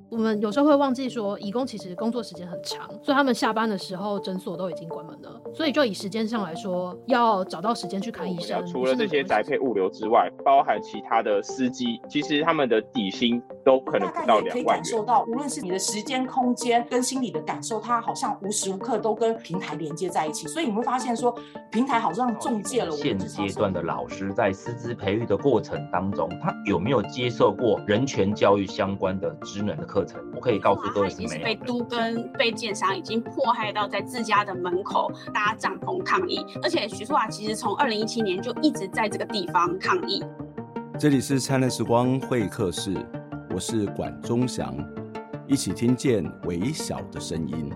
我们有时候会忘记说，移工其实工作时间很长，所以他们下班的时候诊所都已经关门了。所以就以时间上来说，要找到时间去看医生。 除了这些宅配物流之外，包含其他的司机，其实他们的底薪都可能不到2万元。 大概也可以感受到，无论是你的时间、空间跟心理的感受，它好像无时无刻都跟平台连接在一起。所以你会发现说，平台好像中介了我们。 现阶段的老师在师资培育的过程当中，他有没有接受过人权教育相关的职能的课程？我可以告诉各位是没有的。 他已经是被都跟被建商已经迫害到在自家的门口搭帐篷抗议，而且许淑华其实从2017年就一直在这个地方抗议。 这里是灿烂时光会客室，我是管中祥，一起听见微小的声音。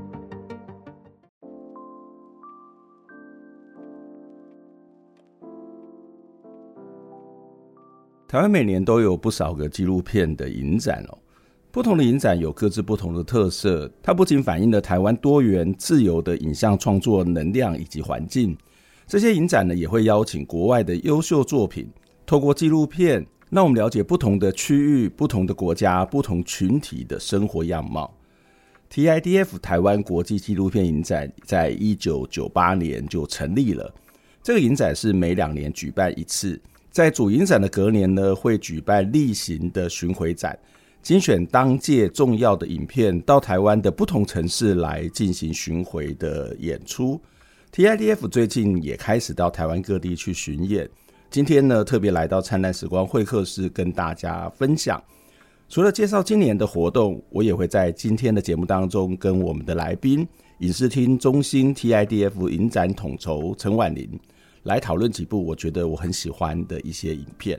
台湾每年都有不少个纪录片的影展哦，不同的影展有各自不同的特色，它不仅反映了台湾多元自由的影像创作能量以及环境，这些影展呢也会邀请国外的优秀作品，透过纪录片让我们了解不同的区域、不同的国家、不同群体的生活样貌。TIDF 台湾国际纪录片影展在1998年就成立了，这个影展是每2年举办一次，在主影展的隔年呢，会举办例行的巡回展，精选当届重要的影片到台湾的不同城市来进行巡回的演出。TIDF 最近也开始到台湾各地去巡演，今天呢特别来到灿烂时光会客室跟大家分享。除了介绍今年的活动，我也会在今天的节目当中跟我们的来宾影视厅中心 TIDF 影展统筹陈婉玲来讨论几部我觉得我很喜欢的一些影片。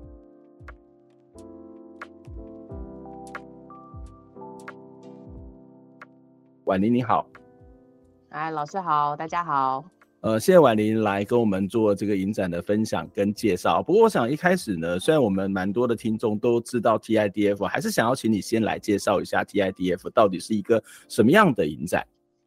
婉玲你好。 老师好，大家好。 谢谢婉玲来跟我们做这个影展的分享跟介绍。不过我想一开始呢，虽然我们蛮多的听众都知道 TIDF， 还是想要请你先来介绍一下 TIDF 到底是一个什么样的影展。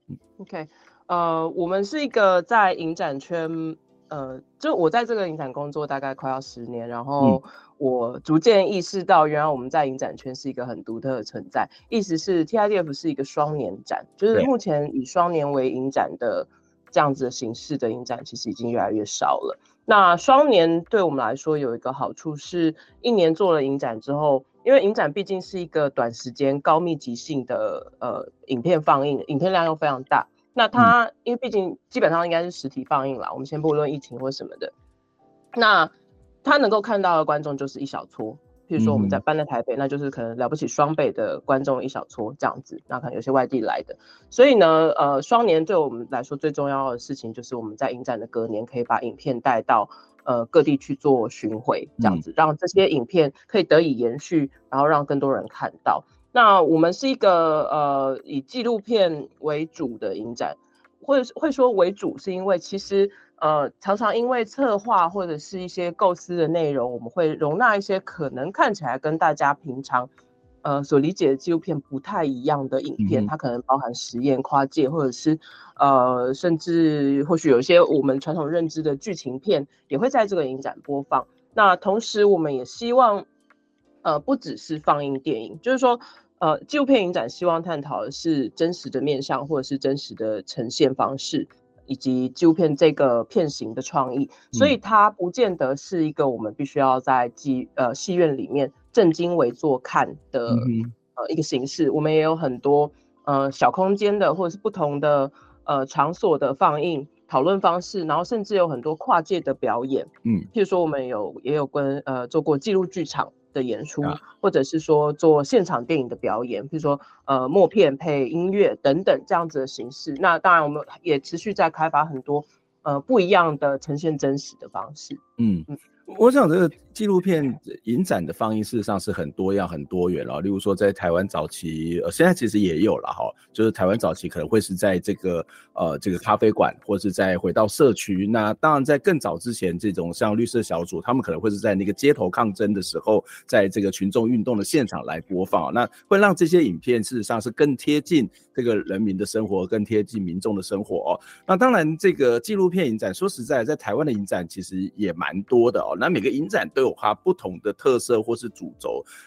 OK， 我们是一个在影展圈，就我在这个影展工作大概快要10年，然后我逐渐意识到，原来我们在影展圈是一个很独特的存在。意思是 TIDF 是一个双年展，就是目前以双年为影展的这样子的形式的影展，其实已经越来越少了。那双年对我们来说有一个好处是，一年做了影展之后，因为影展毕竟是一个短时间高密集性的影片放映，影片量又非常大。那它因为毕竟基本上应该是实体放映啦，我们先不论疫情或什么的，那他能够看到的观众就是一小撮，譬如说我们搬在台北，那就是可能了不起双倍的观众一小撮这样子，那可能有些外地来的，所以呢，双年对我们来说最重要的事情就是我们在影展的隔年可以把影片带到各地去做巡回，这样子让这些影片可以得以延续，然后让更多人看到。那我们是一个以纪录片为主的影展，会说为主，是因为其实常常因为策划或者是一些构思的内容，我们会容纳一些可能看起来跟大家平常所理解的纪录片不太一样的影片，它可能包含实验、跨界，或者是甚至或许有一些我们传统认知的剧情片也会在这个影展播放。那同时我们也希望不只是放映电影，就是说纪录片影展希望探讨的是真实的面向或者是真实的呈现方式，以及纪录片这个片型的创意，所以它不见得是一个我们必须要在戏院里面正襟危坐看的一个形式。我们也有很多小空间的或者是不同的场所的放映讨论方式，然后甚至有很多跨界的表演。譬如说我们也有跟做过纪录剧场的演出，或者是说做现场电影的表演，比如说默片配音乐等等这样子的形式。那当然我们也持续在开发很多不一样的呈现真实的方式。 我想这个纪录片影展的放映事实上是很多样很多元了，例如说在台湾早期现在其实也有了就是台湾早期可能会是在这个咖啡馆，或是在回到社区。那当然在更早之前，这种像绿色小组他们可能会是在那个街头抗争的时候，在这个群众运动的现场来播放，那会让这些影片事实上是更贴近这个人民的生活，更贴近民众的生活那当然这个纪录片影展说实在在台湾的影展其实也蛮多的那每个影展都有它不同的特色或是主轴。那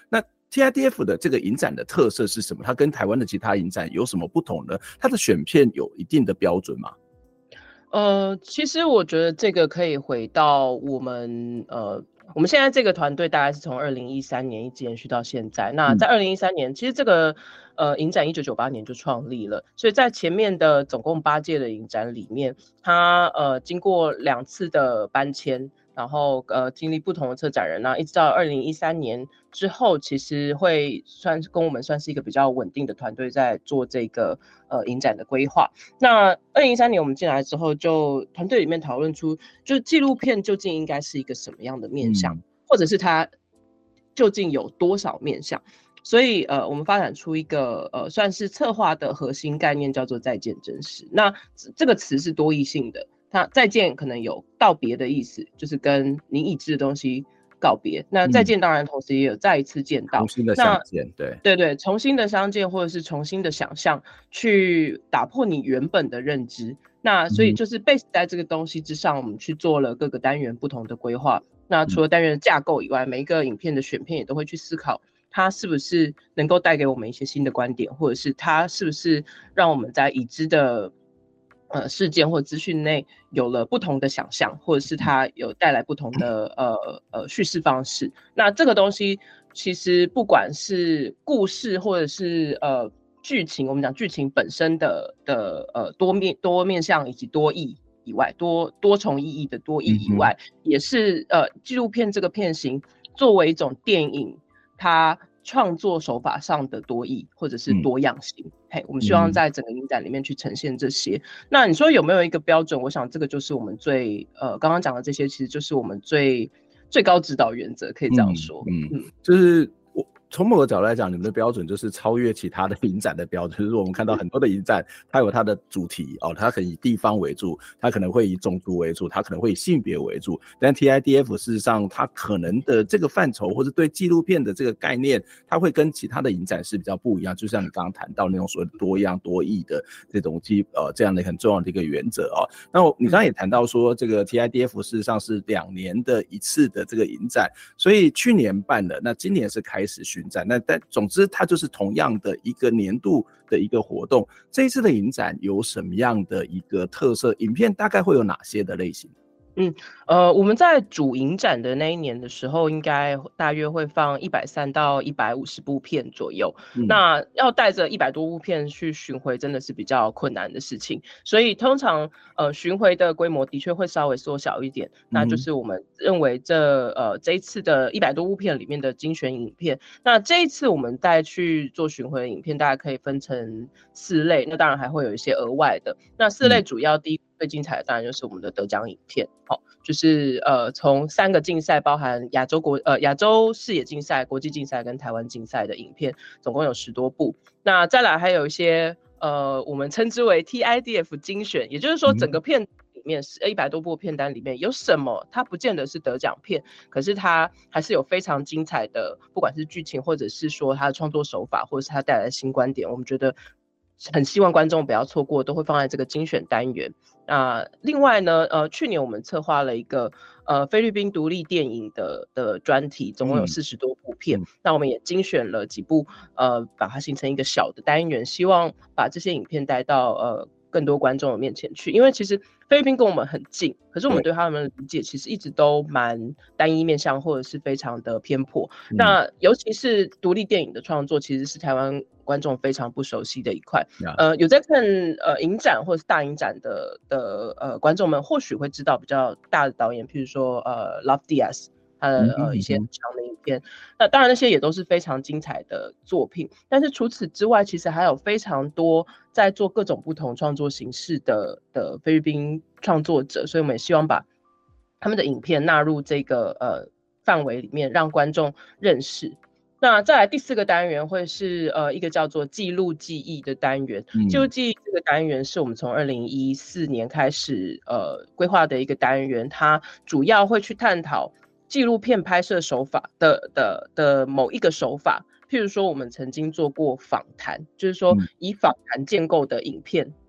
TIDF 的这个影展的特色是什么？它跟台湾的其他影展有什么不同呢？它的选片有一定的标准吗？ 其实我觉得这个可以回到我们现在这个团队大概是从2013年一直延续到现在。那在2013年，其实这个影展1998年就创立了，所以在前面的总共8届的影展里面，它经过2次的搬迁，然后经历不同的策展人，那一直到2013年之后，其实会跟我们算是一个比较稳定的团队在做这个影展的规划。那2013年我们进来之后，就团队里面讨论出，就是纪录片究竟应该是一个什么样的面向，或者是它究竟有多少面向。所以我们发展出一个算是策划的核心概念，叫做再见真实。那这个词是多义性的。它再见可能有道别的意思，就是跟你已知的东西告别。那再见当然同时也有再一次见到， 重新的相见， 对，重新的相见或者是重新的想象，去打破你原本的认知。那所以就是 base 在这个东西之上，我们去做了各个单元不同的规划。那除了单元的架构以外，每一个影片的选片也都会去思考，它是不是能够带给我们一些新的观点，或者是它是不是让我们在已知的事件或资讯内有了不同的想象，或者是它有带来不同的叙事方式。那这个东西其实不管是故事或者是剧情，我们讲剧情本身的多面向以及多义以外，多重意义的多义以外，也是纪录片这个片型作为一种电影，它创作手法上的多义或者是多样性。我们希望在整个影展里面去呈现这些。那你说有没有一个标准？我想这个就是我们最刚刚讲的这些，其实就是我们最高指导原则，可以这样说。 就是从某个角度来讲，你们的标准就是超越其他的影展的标准。就是我们看到很多的影展，它有它的主题它可能以地方为主，它可能会以种族为主，它可能会以性别为主。但 TIDF 事实上它可能的这个范畴，或者对纪录片的这个概念，它会跟其他的影展是比较不一样。就像你刚刚谈到那种所谓的多样多义的这种这样的很重要的一个原则那你刚刚也谈到说，这个 TIDF 事实上是2年的一次的这个影展，所以去年办了，那今年是开始巡展。但总之它就是同样的一个年度的一个活动。这一次的影展有什么样的一个特色？影片大概会有哪些的类型？ 我们在主影展的那一年的时候，应该大约会放130到150部片左右。那要带着100多部片去巡回，真的是比较困难的事情。所以通常巡回的规模的确会稍微缩小一点。那就是我们认为这一次的100多部片里面的精选影片。那这一次我们带去做巡回的影片，大概可以分成4类。那当然还会有一些额外的。那4类主要第一最精彩的当然就是我们的得奖影片。就是从3个竞赛，包含亚洲视野竞赛、国际竞赛跟台湾竞赛的影片，总共有10多部。那再来还有一些我们称之为 TIDF 精选，也就是说整个片里面100多部片单里面有什么它不见得是得奖片，可是它还是有非常精彩的，不管是剧情或者是说它的创作手法，或者是它带来的新观点，我们觉得很希望观众不要错过，都会放在这个精选单元。另外呢，去年我们策划了一个菲律宾独立电影的专题，总共有40多部片。那我们也精选了几部，把它形成一个小的单元，希望把这些影片带到更多观众的面前去。因为其实菲律宾跟我们很近，可是我们对他们的理解其实一直都蛮单一面向，或者是非常的偏颇。那尤其是独立电影的创作，其实是台湾观众非常不熟悉的一块。有在看影展或者是大影展的观众们，或许会知道比较大的导演，譬如说Love Diaz 他的一些很长的影片。那当然那些也都是非常精彩的作品，但是除此之外，其实还有非常多在做各种不同创作形式的菲律宾创作者，所以我们也希望把他们的影片纳入这个范围里面，让观众认识。那再来第4个单元会是一个叫做记录记忆的单元。记录记忆这个单元是我们从2014年开始规划的一个单元，它主要会去探讨纪录片拍摄手法的某一个手法。譬如说我们曾经做过访谈，就是说以访谈建构的影片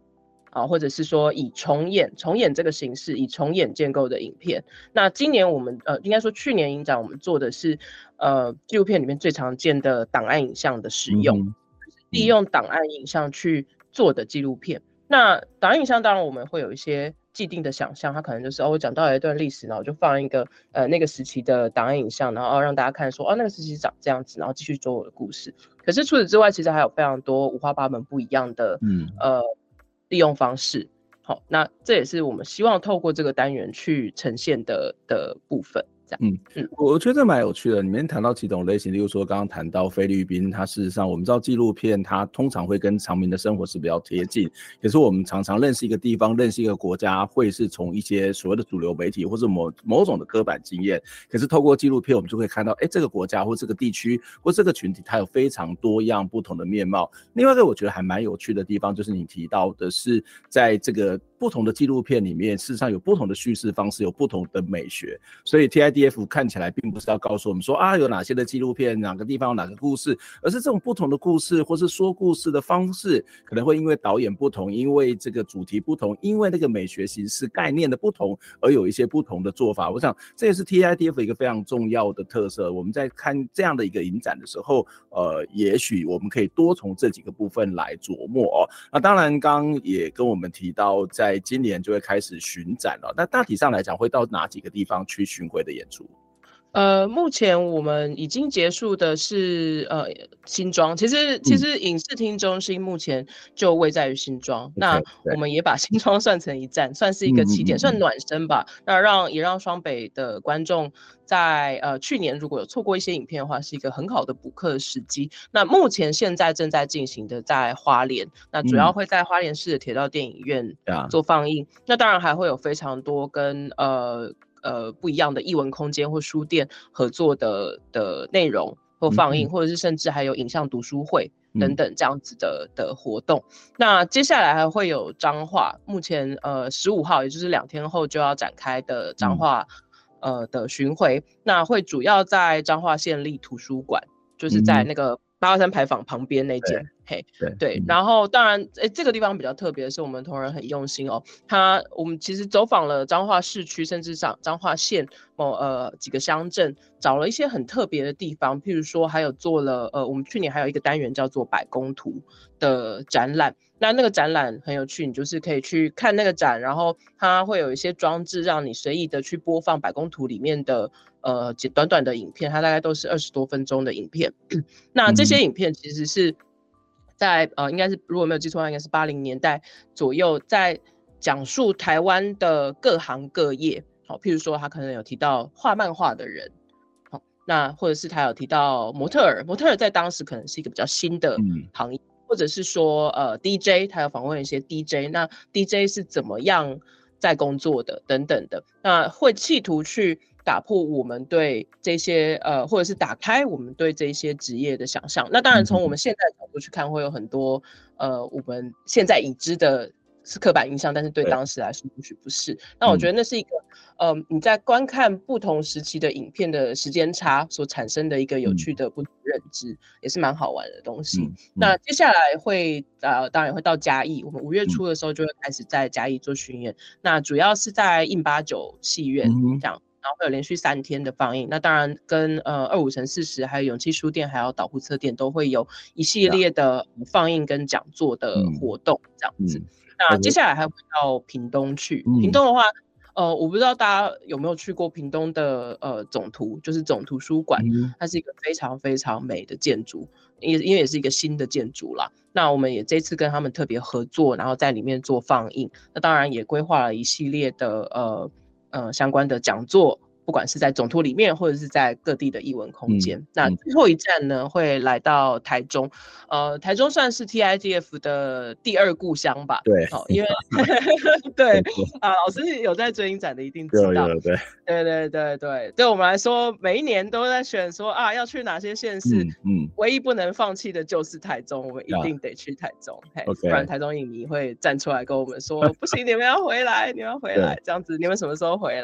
或者是说以重演这个形式，以重演建构的影片。那今年我们应该说去年影展我们做的是纪录片里面最常见的档案影像的使用，利用档案影像去做的纪录片。那档案影像当然我们会有一些既定的想象，它可能就是我讲到一段历史，然后我就放一个那个时期的档案影像，然后让大家看说那个时期长这样子，然后继续做我的故事。可是除此之外，其实还有非常多五花八门不一样的利用方式。好，那这也是我们希望透过这个单元去呈现的部分。 我觉得蛮有趣的。里面谈到几种类型，例如说刚刚谈到菲律宾，它事实上我们知道纪录片它通常会跟常民的生活是比较贴近，可是我们常常认识一个地方，认识一个国家，会是从一些所谓的主流媒体或者某种的刻板经验，可是透过纪录片我们就会看到这个国家或这个地区或这个群体它有非常多样不同的面貌。另外一个我觉得还蛮有趣的地方，就是你提到的是在这个不同的纪录片里面，事实上有不同的叙事方式，有不同的美学，所以 TIDF 看起来并不是要告诉我们说有哪些的纪录片，哪个地方有哪个故事，而是这种不同的故事或是说故事的方式，可能会因为导演不同，因为这个主题不同，因为那个美学形式概念的不同，而有一些不同的做法。我想这也是 TIDF 一个非常重要的特色。我们在看这样的一个影展的时候，也许我们可以多从这几个部分来琢磨那当然刚刚也跟我们提到在今年就会开始巡展那大体上来讲会到哪几个地方去巡回的演出？ 目前我们已经结束的是新庄，其实影视厅中心目前就位在于新庄，那我们也把新庄算成一站，算是一个起点，算暖身吧。那也让双北的观众在去年如果有错过一些影片的话，是一个很好的补课的时机。那目前现在正在进行的在花莲，那主要会在花莲市的铁道电影院做放映。那当然还会有非常多跟不一样的艺文空间或书店合作的内容或放映，或者是甚至还有影像读书会等等这样子的活动。那接下来还会有彰化，目前15号也就是2天后就要展开的彰化的巡回，那会主要在彰化县立图书馆，就是在那个823牌坊旁边那间。对，然后当然这个地方比较特别的是，我们同仁很用心我们其实走访了彰化市区，甚至彰化县几个乡镇，找了一些很特别的地方，譬如说还有做了我们去年还有一个单元叫做百工图的展览。那个展览很有趣，你就是可以去看那个展，然后它会有一些装置让你随意的去播放百工图里面的短短的影片，它大概都是20多分钟的影片。那这些影片其实是在应该是如果没有记错的话，应该是80年代左右，在讲述台湾的各行各业。譬如说他可能有提到画漫画的人，那或者是他有提到模特儿在当时可能是一个比较新的行业，或者是说DJ， 他有访问一些 DJ， 那 DJ 是怎么样在工作的等等的，那会企图去打破我们对这些或者是打开我们对这些职业的想象。那当然从我们现在的角度去看，会有很多我们现在已知的是刻板印象，但是对当时来说或许不是。那我觉得那是一个你在观看不同时期的影片的时间差所产生的一个有趣的不同认知，也是蛮好玩的东西。那接下来会当然会到嘉义，我们5月初的时候就会开始在嘉义做巡演，那主要是在印89戏院这样。然后会有连续3天的放映，那当然跟25乘40还有勇气书店还有岛湖车店都会有一系列的放映跟讲座的活动这样子。那接下来还会到屏东去，屏东的话我不知道大家有没有去过屏东的总图，就是总图书馆，它是一个非常非常美的建筑，因为也是一个新的建筑啦。那我们也这次跟他们特别合作，然后在里面做放映，那当然也规划了一系列的相关的讲座，不管是在总图里面或者是在各地的艺文空间。那最后一站呢会来到台中，台中算是 TIDF 的第2故乡吧。 对， 因为对老师有在追影展的一定知道。对我们来说，每一年都在选说要去哪些县市，唯一不能放弃的就是台中，我们一定得去台中，不然台中影迷会站出来跟我们说不行，你们要回来，这样子，你们什么时候回来？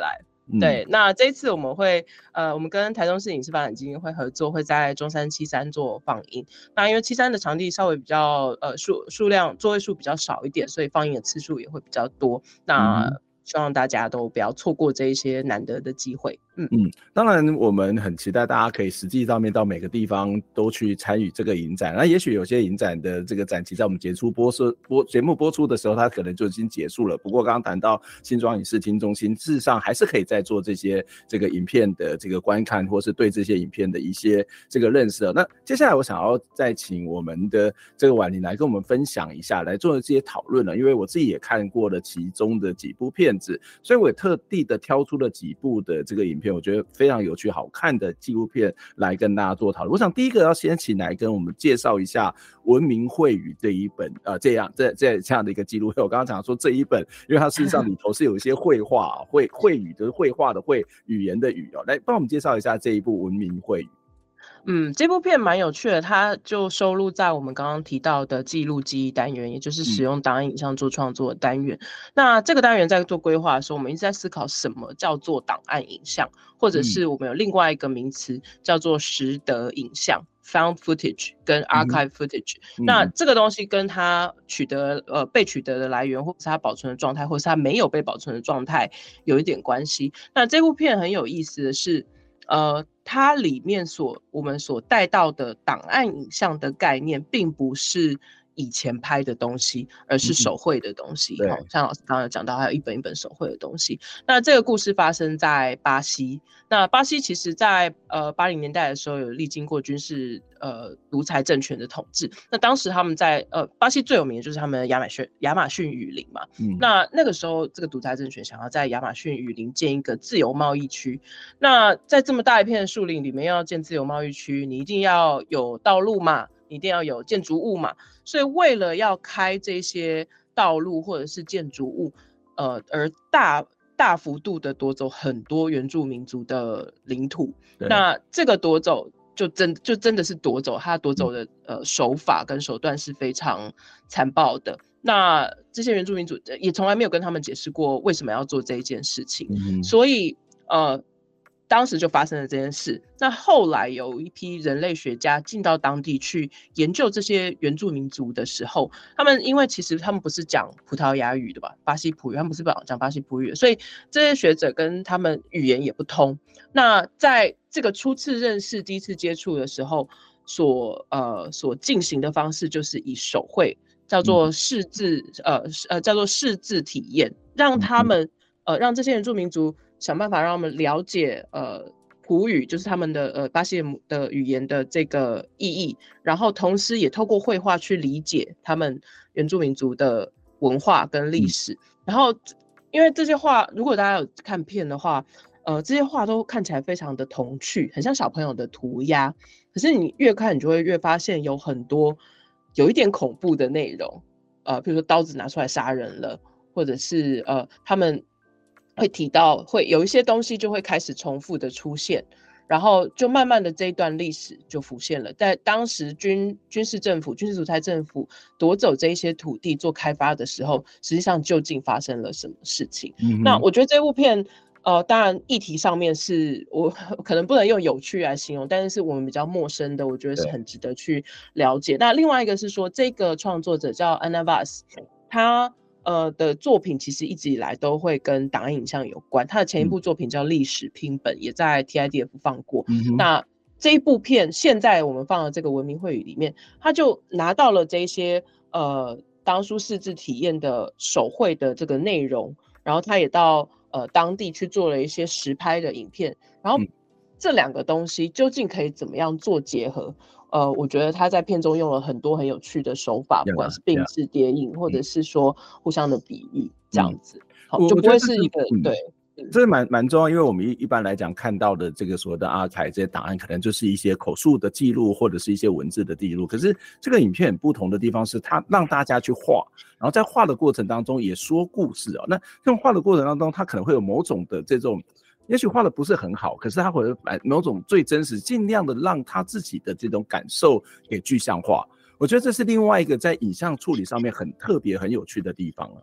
对，那这一次我们会我们跟台中市影视发展基金会合作，会在中山73做放映。那因为73的场地稍微比较数量座位数比较少一点，所以放映的次数也会比较多。那希望大家都不要错过这一些难得的机会。 当然我们很期待大家可以实际上面到每个地方都去参与这个影展。那也许有些影展的这个展期在我们节目播出的时候它可能就已经结束了，不过刚刚谈到新庄影视厅中心事实上还是可以再做这个影片的这个观看，或是对这些影片的一些这个认识。那接下来我想要再请我们的这个婉玲来跟我们分享一下，来做这些讨论了，因为我自己也看过了其中的几部片子，所以我也特地的挑出了几部的这个影片我觉得非常有趣好看的纪录片来跟大家做讨论。我想第一个要先请来跟我们介绍一下文明绘语这一本这样的一个纪录片。我刚刚讲说这一本因为它事实上里头是有一些绘画绘语的绘画的绘，语言的语来帮我们介绍一下这一部文明绘语。 这部片蛮有趣的，它就收录在我们刚刚提到的记录记忆单元，也就是使用档案影像做创作的单元。那这个单元在做规划的时候，我们一直在思考什么叫做档案影像，或者是我们有另外一个名词叫做实得影像 found footage 跟 archive footage。那这个东西跟它被取得的来源，或者是它保存的状态，或者是它没有被保存的状态有一点关系。那这部片很有意思的是它里面我们所带到的档案影像的概念并不是以前拍的东西，而是手绘的东西。像老师刚刚有讲到还有一本一本手绘的东西。那这个故事发生在巴西，那巴西其实在80年代的时候有历经过军事独裁政权的统治。那当时他们在巴西最有名的就是他们的亚马逊雨林嘛。那个时候这个独裁政权想要在亚马逊雨林建一个自由贸易区。那在这么大一片树林里面要建自由贸易区，你一定要有道路嘛，一定要有建筑物嘛。所以为了要开这些道路或者是建筑物而大幅度的夺走很多原住民族的领土。那这个夺走就真的是夺走，他夺走的手法跟手段是非常残暴的。那这些原住民族也从来没有跟他们解释过为什么要做这一件事情。所以当时就发生了这件事。那后来有一批人类学家进到当地去研究这些原住民族的时候，因为其实他们不是讲葡萄牙语的吧，巴西普语，他们不是讲巴西普语的，所以这些学者跟他们语言也不通。那在这个初次认识、第一次接触的时候，所进行的方式就是以手绘，叫做识字体验，让他们让这些原住民族想办法让他们了解普语，就是他们的巴西的语言的这个意义，然后同时也透过绘画去理解他们原住民族的文化跟历史。然后因为这些画，如果大家有看片的话，这些画都看起来非常的童趣，很像小朋友的涂鸦。可是你越看，你就会越发现有很多有一点恐怖的内容，比如说刀子拿出来杀人了，或者是他们会提到会有一些东西就会开始重复的出现，然后就慢慢的这一段历史就浮现了。在当时军事独裁政府夺走这一些土地做开发的时候，实际上究竟发生了什么事情。那我觉得这部片当然议题上面是我可能不能用有趣来形容，但是我们比较陌生的，我觉得是很值得去了解。那另外一个是说，这个创作者叫 Ana Vaz， 他的作品其实一直以来都会跟档案影像有关。他的前一部作品叫《历史拼本》，也在 TIDF 放过。那这一部片现在我们放的这个文明绘语里面，他就拿到了这些当初识字体验的手绘的这个内容，然后他也到当地去做了一些实拍的影片，然后这两个东西究竟可以怎么样做结合？我觉得他在片中用了很多很有趣的手法，不管是并置叠影，或者是说互相的比喻，这样子，就不会是一个对。 这是蛮重要，因为我们一般来讲看到的这个所谓的archive这些档案，可能就是一些口述的记录或者是一些文字的记录。可是这个影片很不同的地方是，它让大家去画，然后在画的过程当中也说故事那这种画的过程当中，它可能会有某种的这种。也许画的不是很好，可是他会把某种最真实，尽量的让他自己的这种感受给具象化。我觉得这是另外一个在影像处理上面很特别、很有趣的地方了。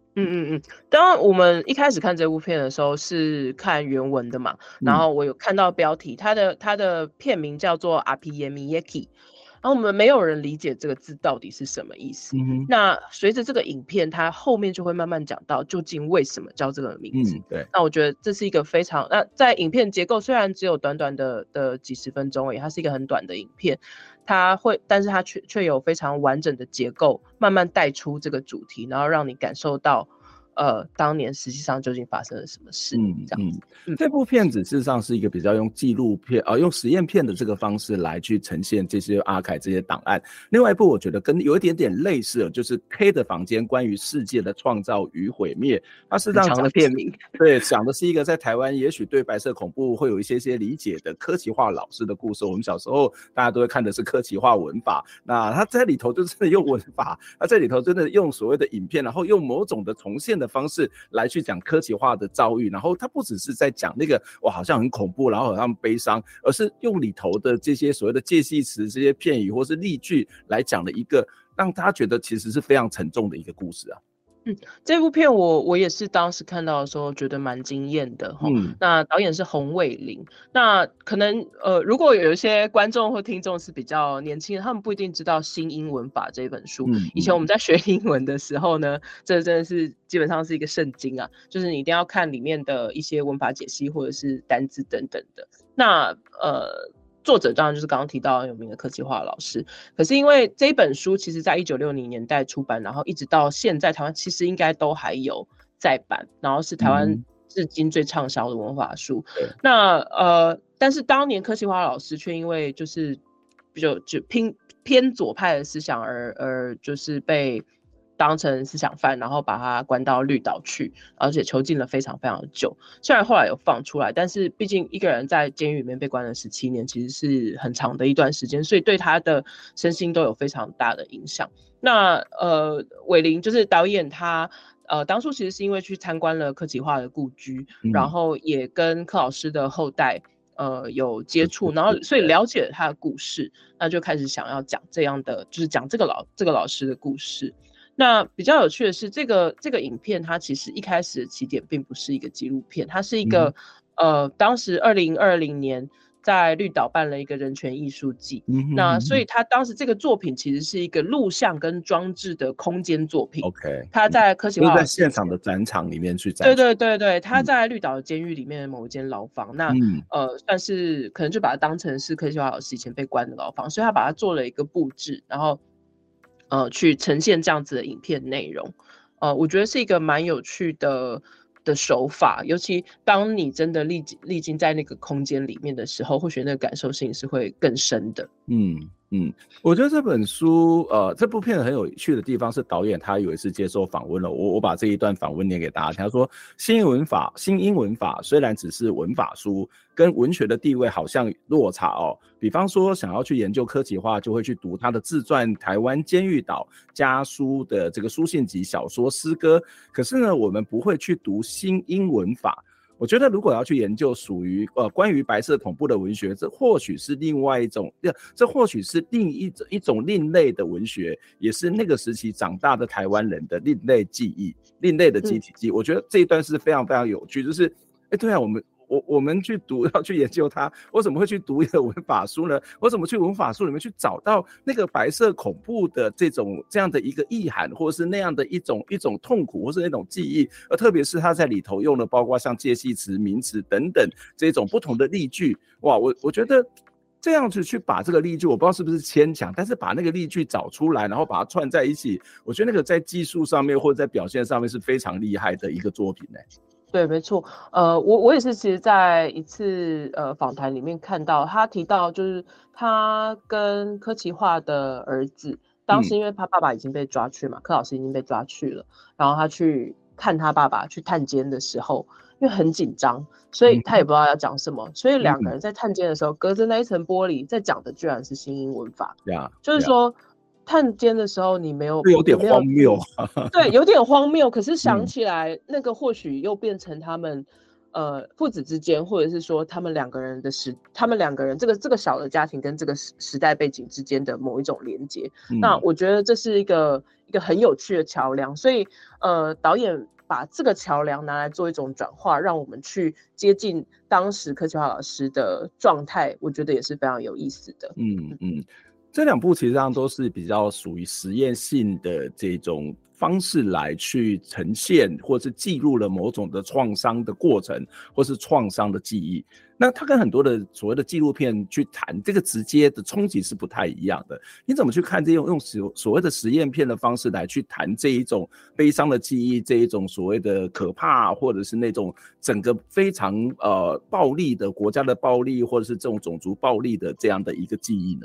当然我们一开始看这部片的时候是看原文的嘛，然后我有看到标题，它的片名叫做 Apiyemiyeki， 然后我们没有人理解这个字到底是什么意思。那随着这个影片，它后面就会慢慢讲到究竟为什么叫这个名字。 对。 那我觉得这是一个非常，那在影片结构虽然只有短短的几十分钟而已，它是一个很短的影片，但是它却有非常完整的结构，慢慢带出这个主题，然后让你感受到当年实际上究竟发生了什么事。 这部片子事实上是一个比较用纪录片用实验片的这个方式来去呈现这些阿凯这些档案。另外一部我觉得跟有一点点类似就是 K 的房间关于世界的创造与毁灭，它是这样讲的片名。 对，讲的是一个在台湾也许对白色恐怖会有一些理解的科奇化老师的故事。我们小时候大家都会看的是科奇化文法，那他在里头就真的用文法，他在里头真的用所谓的影片，然后用某种的重现的方式来去讲科奇化的遭遇，然后他不只是在讲那个哇好像很恐怖，然后好像悲伤，而是用里头的这些所谓的介系词、这些片语或是例句来讲的一个让他觉得其实是非常沉重的一个故事啊。 这部片我也是当时看到的时候觉得蛮惊艳的。那导演是洪伟玲。那可能如果有一些观众或听众是比较年轻的，他们不一定知道《新英文法》这本书。以前我们在学英文的时候呢，这真的是基本上是一个圣经啊，就是你一定要看里面的一些文法解析或者是单字等等的。那作者当然就是刚刚提到有名的科奇化老师，可是因为这本书其实在1960年代出版，然后一直到现在台湾其实应该都还有再版，然后是台湾至今最畅销的文法书。那但是当年科奇化老师却因为就是就偏左派的思想而就是被当成思想犯，然后把他关到绿岛去，而且囚禁了非常非常久。虽然后来有放出来，但是毕竟一个人在监狱里面被关了17年，其实是很长的一段时间，所以对他的身心都有非常大的影响。那伟玲就是导演，他当初其实是因为去参观了科奇化的故居，然后也跟柯老师的后代有接触，然后所以了解了他的故事，那就开始想要讲这样的，就是讲这个老师的故事。那比较有趣的是，这个影片它其实一开始的起点并不是一个纪录片，它是一个当时2020年在绿岛办了一个人权艺术季。那所以他当时这个作品其实是一个录像跟装置的空间作品。他在科奇化就是在现场的展场里面去展。 对，他在绿岛的监狱里面的某一间牢房。那算是可能就把它当成是科奇化老师以前被关的牢房，所以他把它做了一个布置，然后去呈现这样子的影片内容。我觉得是一个蛮有趣的手法，尤其当你真的历经在那个空间里面的时候，或许那个感受性是会更深的。 我觉得这本书这部片很有趣的地方是导演他有一次接受访问了，我把这一段访问念给大家听。他说新英文法虽然只是文法书，跟文学的地位好像落差比方说想要去研究科奇化，就会去读他的自传《台湾监狱岛家书》的这个书信集、小说、诗歌，可是呢我们不会去读新英文法。我觉得如果要去研究属于关于白色恐怖的文学，这或许是另外一种，这或许是另一种另类的文学，也是那个时期长大的台湾人的另类记忆、另类的集体记忆。我觉得这一段是非常非常有趣，就是对啊，我们去读要去研究它，我怎么会去读一个文法书呢？我怎么去文法书里面去找到那个白色恐怖的这样的一个意涵，或是那样的一种痛苦，或是那种记忆？而特别是他在里头用了包括像介系词、名词等等这种不同的例句。哇，我觉得这样子去把这个例句，我不知道是不是牵强，但是把那个例句找出来，然后把它串在一起，我觉得那个在技术上面或者在表现上面是非常厉害的一个作品对，没错。我也是，其实在一次访谈里面看到他提到，就是他跟科奇化的儿子，当时因为他爸爸已经被抓去嘛，柯老师已经被抓去了，然后他去看他爸爸去探监的时候，因为很紧张，所以他也不知道要讲什么，所以两个人在探监的时候，隔着那一层玻璃在讲的居然是新英文法。就是说探监的时候你没有， 有点荒谬。 对，有点荒谬。可是想起来，那个或许又变成他们父子之间，或者是说他们两个人这个小的家庭跟这个时代背景之间的某一种连接。那我觉得这是一个很有趣的桥梁，所以导演把这个桥梁拿来做一种转化，让我们去接近当时柯启华老师的状态，我觉得也是非常有意思的。 这两部其实上都是比较属于实验性的这种方式来去呈现，或是记录了某种的创伤的过程，或是创伤的记忆。那它跟很多的所谓的纪录片去谈这个直接的冲击是不太一样的。你怎么去看这种用所谓的实验片的方式来去谈这一种悲伤的记忆，这一种所谓的可怕，或者是那种整个非常暴力的国家的暴力，或者是这种种族暴力的这样的一个记忆呢？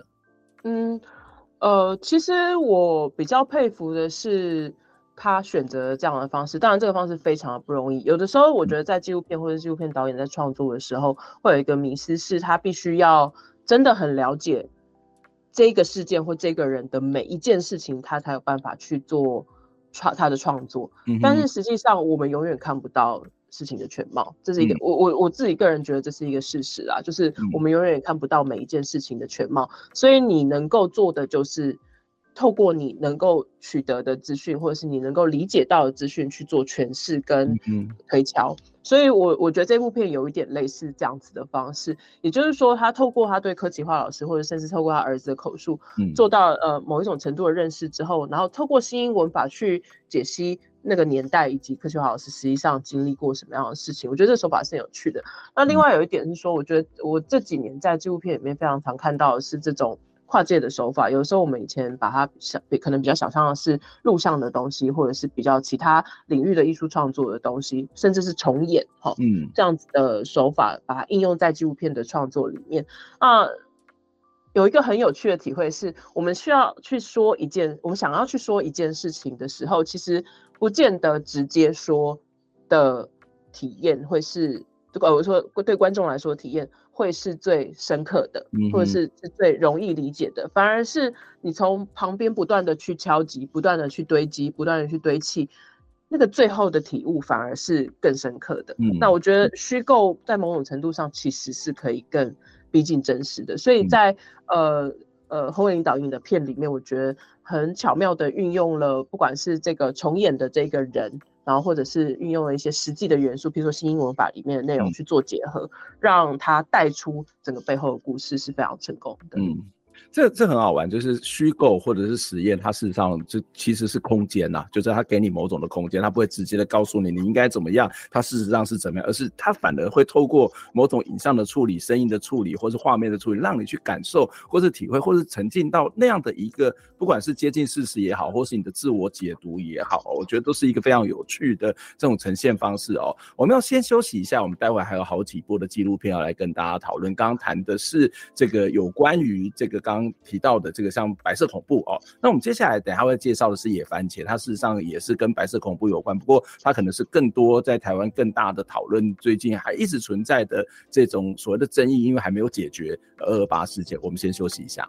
其实我比较佩服的是他选择这样的方式，当然这个方式非常的不容易。有的时候我觉得在纪录片或者纪录片导演在创作的时候，会有一个迷思，是他必须要真的很了解这个事件或这个人的每一件事情，他才有办法去做他的创作。但是实际上我们永远看不到事情的全貌，这是一个我自己个人觉得这是一个事实啦，就是我们永远看不到每一件事情的全貌，所以你能够做的就是透过你能够取得的资讯，或者是你能够理解到的资讯去做诠释跟推敲。所以我觉得这部片有一点类似这样子的方式，也就是说他透过他对柯启华老师，或者甚至透过他儿子的口述，做到某一种程度的认识之后，然后透过新英文法去解析那个年代以及柯启华老师实际上经历过什么样的事情。我觉得这手法是很有趣的。那另外有一点是说，我觉得我这几年在纪录片里面非常常看到的是这种跨界的手法。有时候我们以前把它可能比较想象的是录像的东西，或者是比较其他领域的艺术创作的东西，甚至是重演这样子的手法，把它应用在纪录片的创作里面。有一个很有趣的体会是，我们想要去说一件事情的时候，其实不见得直接说的体验会是，我说对观众来说体验会是最深刻的，或者是最容易理解的，反而是你从旁边不断的去敲击，不断的去堆积，不断的去堆砌，那个最后的体悟反而是更深刻的。那我觉得虚构在某种程度上其实是可以更逼近真实的，所以在洪伟林导演的片里面，我觉得很巧妙的运用了不管是这个重演的这个人，然后或者是运用了一些实际的元素，比如说新英文法里面的内容去做结合，让它带出整个背后的故事是非常成功的。 这很好玩，就是虚构或者是实验，它事实上就其实是空间呐，就是它给你某种的空间，它不会直接的告诉你你应该怎么样，它事实上是怎么样，而是它反而会透过某种影像的处理、声音的处理，或是画面的处理，让你去感受，或是体会，或是沉浸到那样的一个，不管是接近事实也好，或是你的自我解读也好，我觉得都是一个非常有趣的这种呈现方式哦。我们要先休息一下，我们待会还有好几部的纪录片要来跟大家讨论。刚刚谈的是这个有关于这个刚提到的这个像白色恐怖哦，那我们接下来等一下会介绍的是野番茄，它事实上也是跟白色恐怖有关，不过它可能是更多在台湾更大的讨论，最近还一直存在的这种所谓的争议，因为还没有解决228事件。我们先休息一下。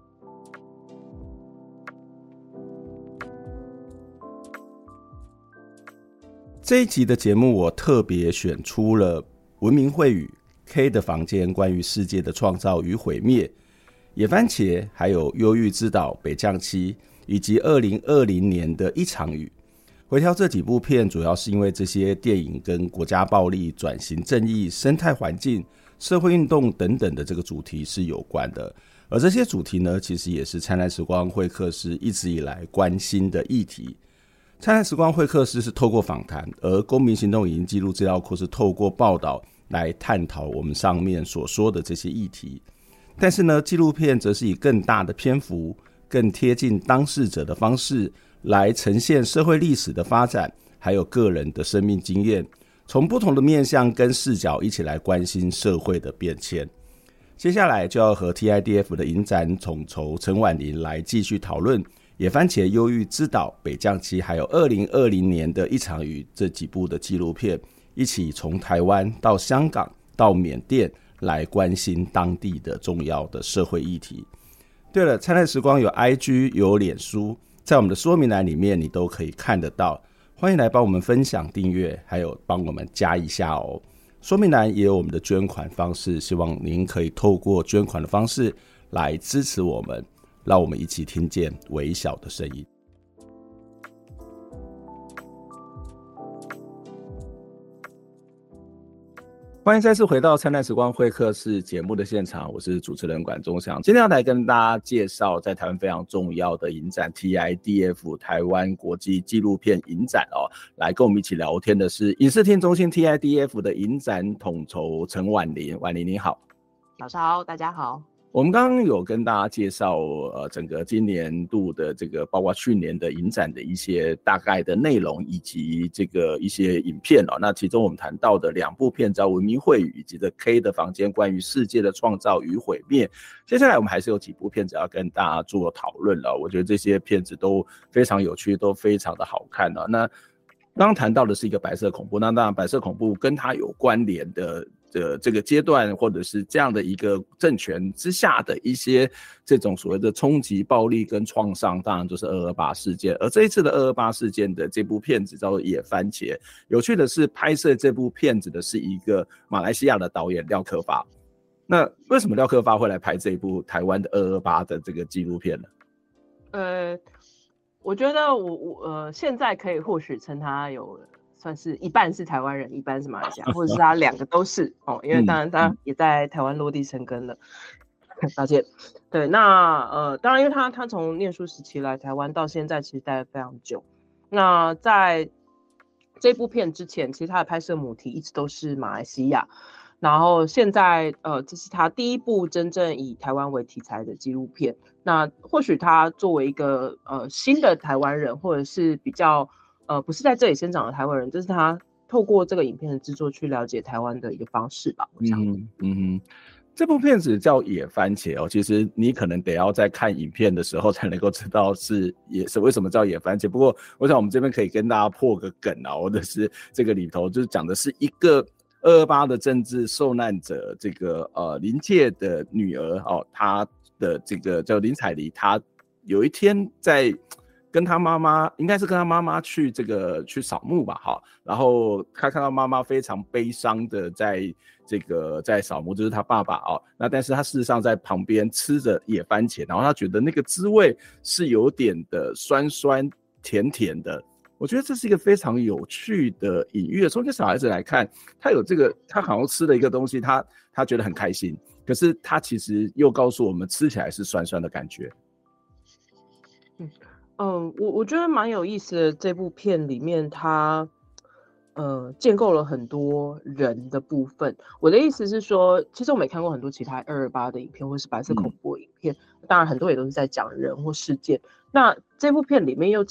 这一集的节目我特别选出了文明秽语 K 的房间关于世界的创造与毁灭，野番茄，还有忧郁之岛、北降期，以及2020年的一场雨。回挑这几部片，主要是因为这些电影跟国家暴力、转型正义、生态环境、社会运动等等的这个主题是有关的。而这些主题呢，其实也是灿烂时光会客室一直以来关心的议题。灿烂时光会客室是透过访谈，而公民行动影音记录资料库是透过报道来探讨我们上面所说的这些议题。但是呢，纪录片则是以更大的篇幅、更贴近当事者的方式来呈现社会历史的发展，还有个人的生命经验，从不同的面向跟视角一起来关心社会的变迁。接下来就要和 TIDF 的影展统筹陈婉玲来继续讨论野番茄、忧郁之岛、北降期，还有2020年的一场雨这几部的纪录片，一起从台湾到香港到缅甸来关心当地的重要的社会议题。对了，灿烂时光有 IG 有脸书，在我们的说明栏里面你都可以看得到，欢迎来帮我们分享订阅，还有帮我们加一下哦。 说明栏也有我们的捐款方式，希望您可以透过捐款的方式来支持我们，让我们一起听见微小的声音。欢迎再次回到灿烂时光会客室节目的现场，我是主持人管中祥。今天要来跟大家介绍在台湾非常重要的影展 TIDF 台湾国际纪录片影展哦。来跟我们一起聊天的是影视听中心 TIDF 的影展统筹陈婉玲。婉玲你好。 老师好，大家好。 我们刚刚有跟大家介绍整个今年度的这个包括去年的影展的一些大概的内容以及这个一些影片哦。那其中我们谈到的2部片叫《文明会语》以及的 K 的房间关于世界的创造与毁灭。接下来我们还是有几部片子要跟大家做讨论了，我觉得这些片子都非常有趣，都非常的好看哦。那刚刚谈到的是一个白色恐怖，那当然白色恐怖跟它有关联的这个阶段或者是这样的一个政权之下的一些这种所谓的冲击暴力跟创伤，当然就是228事件。而这一次的228事件的这部片子叫做《野番茄》，有趣的是拍摄这部片子的是一个马来西亚的导演廖克发。那为什么廖克发会来拍这一部台湾的228的这个纪录片呢？ 我觉得我现在可以或许称他有算是一半是台湾人，一半是马来西亚，或者是他2个都是哦，因为当然他也在台湾落地生根了。抱歉，对，那当然因为他从念书时期来台湾到现在其实待得非常久。那在这部片之前，其实他的拍摄母题一直都是马来西亚。然后现在这是他第一部真正以台湾为题材的纪录片。那或许他作为一个新的台湾人，或者是比较不是在这里生长的台湾人，这是他透过这个影片的制作去了解台湾的一个方式吧，我想。 这部片子叫《野番茄》哦，其实你可能得要在看影片的时候才能够知道也是为什么叫野番茄。不过我想我们这边可以跟大家破个梗啊，或者是这个里头就是讲的是一个228的政治受难者，这个林介的女儿哦，她的这个叫林采梨，她有一天在跟她妈妈，应该是跟她妈妈去扫墓吧，哈，然后她看到妈妈非常悲伤的在扫墓，就是她爸爸哦，那但是她事实上在旁边吃着野番茄，然后她觉得那个滋味是有点的酸酸甜甜的。我觉得这是一个非常有趣的隐喻，从一个小孩子来看，他好像吃了一个东西，他觉得很开心，可是他其实又告诉我们吃起来是酸酸的感觉。 我觉得蛮有意思的，这部片里面它建构了很多人的部分。我的意思是说，其实我没看过很多其他228的影片或是白色恐怖的影片，当然很多也都是在讲人或事件。那这部片里面又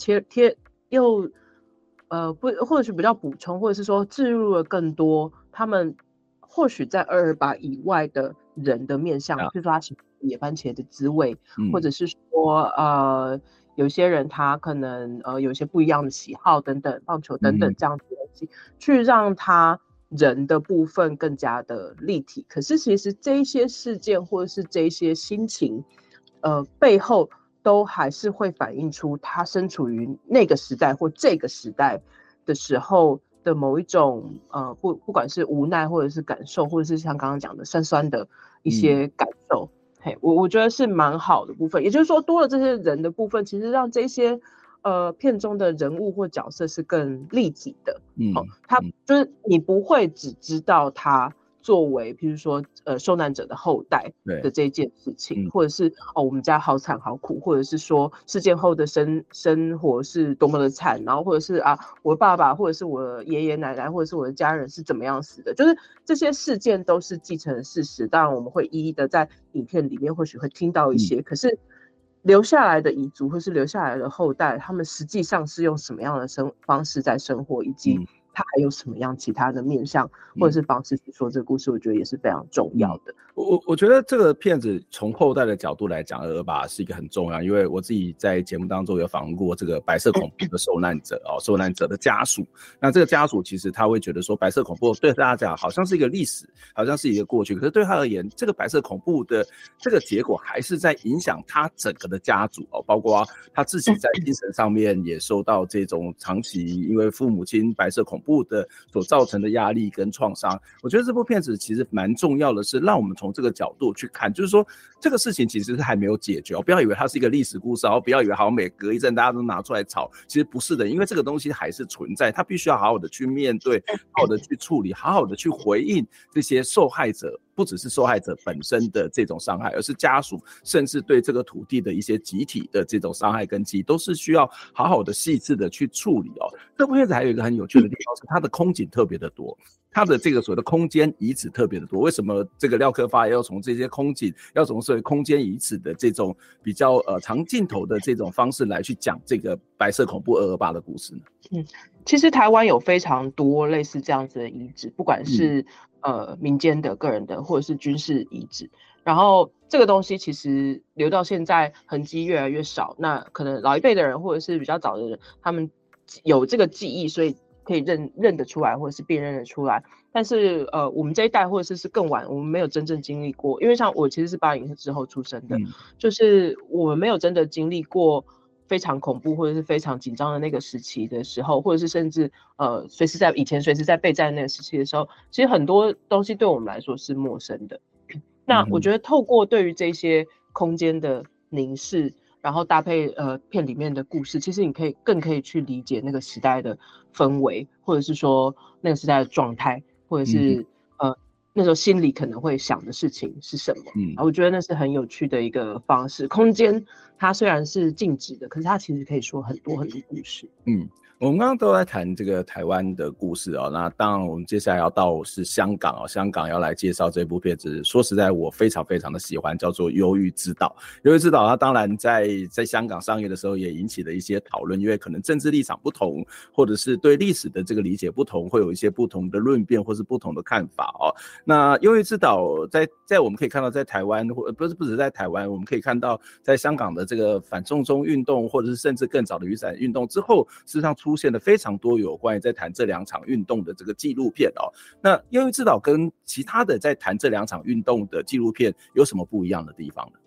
或许比较补充，或者是说置入了更多他们或许在228以外的人的面向，比如说他喜欢野番茄的滋味，或者是说有些人他可能有些不一样的喜好等等，棒球等等这样子的东西，去让他人的部分更加的立体。可是其实这一些事件或者是这一些心情背后都还是会反映出他身处于那个时代或这个时代的时候的某一种不管是无奈或者是感受，或者是像刚刚讲的酸酸的一些感受。我觉得是蛮好的部分，也就是说多了这些人的部分，其实让这些片中的人物或角色是更立体的。他就是你不会只知道他作为譬如说受难者的后代的这件事情，或者是我们家好惨好苦，或者是说事件后的生活是多么的惨，然后或者是我的爸爸或者是我的爷爷奶奶或者是我的家人是怎么样死的，就是这些事件都是既成的事实。当然我们会一一的在影片里面或许会听到一些，可是留下来的遗族或是留下来的后代，他们实际上是用什么样的方式在生活，以及他还有什么样其他的面向或者是方式去说这个故事，我觉得也是非常重要的。 我觉得这个片子从后代的角度来讲，228是一个很重要，因为我自己在节目当中有访问过这个白色恐怖的受难者受难者的家属。那这个家属其实他会觉得说，白色恐怖对大家讲好像是一个历史，好像是一个过去，可是对他而言，这个白色恐怖的这个结果还是在影响他整个的家族包括他自己在精神上面也受到这种长期因为父母亲白色恐怖的所造成的压力跟创伤。我觉得这部片子其实蛮重要的是让我们从这个角度去看，就是说这个事情其实是还没有解决，不要以为它是一个历史故事，然后不要以为好像每隔一阵大家都拿出来吵，其实不是的，因为这个东西还是存在，它必须要好好的去面对，好好的去处理，好好的去回应这些受害者，不只是受害者本身的这种伤害，而是家属甚至对这个土地的一些集体的这种伤害跟记忆，都是需要好好的细致的去处理哦。这部片子还有一个很有趣的地方是它的空景特别的多，它的这个所谓的空间遗址特别的多。为什么这个廖科发要从这些空景，要从所谓空间遗址的这种比较长镜头的这种方式来去讲这个白色恐怖228的故事呢？ 其实台湾有非常多类似这样子的遗址，不管是民间的、个人的，或者是军事遗址。然后这个东西其实留到现在痕迹越来越少，那可能老一辈的人或者是比较早的人，他们有这个记忆，所以可以认得出来，或者是辨认得出来。但是我们这一代或者是更晚，我们没有真正经历过，因为像我其实是80之后出生的，就是我们没有真的经历过非常恐怖或者是非常紧张的那个时期的时候，或者是甚至以前随时在备战那个时期的时候，其实很多东西对我们来说是陌生的。那我觉得透过对于这些空间的凝视，然后搭配片里面的故事，其实你更可以去理解那个时代的氛围，或者是说那个时代的状态，或者是那时候心里可能会想的事情是什么。我觉得那是很有趣的一个方式。空间它虽然是静止的，可是它其实可以说很多很多故事。 我们刚刚都在谈这个台湾的故事哦，那当然我们接下来要到是香港哦，香港要来介绍这部片子，说实在我非常非常的喜欢，叫做《忧郁之岛》。《忧郁之岛》它当然在香港上映的时候也引起了一些讨论，因为可能政治立场不同，或者是对历史的这个理解不同，会有一些不同的论辩或是不同的看法哦。那《忧郁之岛》在我们可以看到，在台湾不止在台湾，我们可以看到在香港的这个反送中运动，或者是甚至更早的雨伞运动之后，事实上出现了非常多有关于在谈这两场运动的这个纪录片哦。那《忧郁之岛》跟其他的在谈这两场运动的纪录片有什么不一样的地方呢？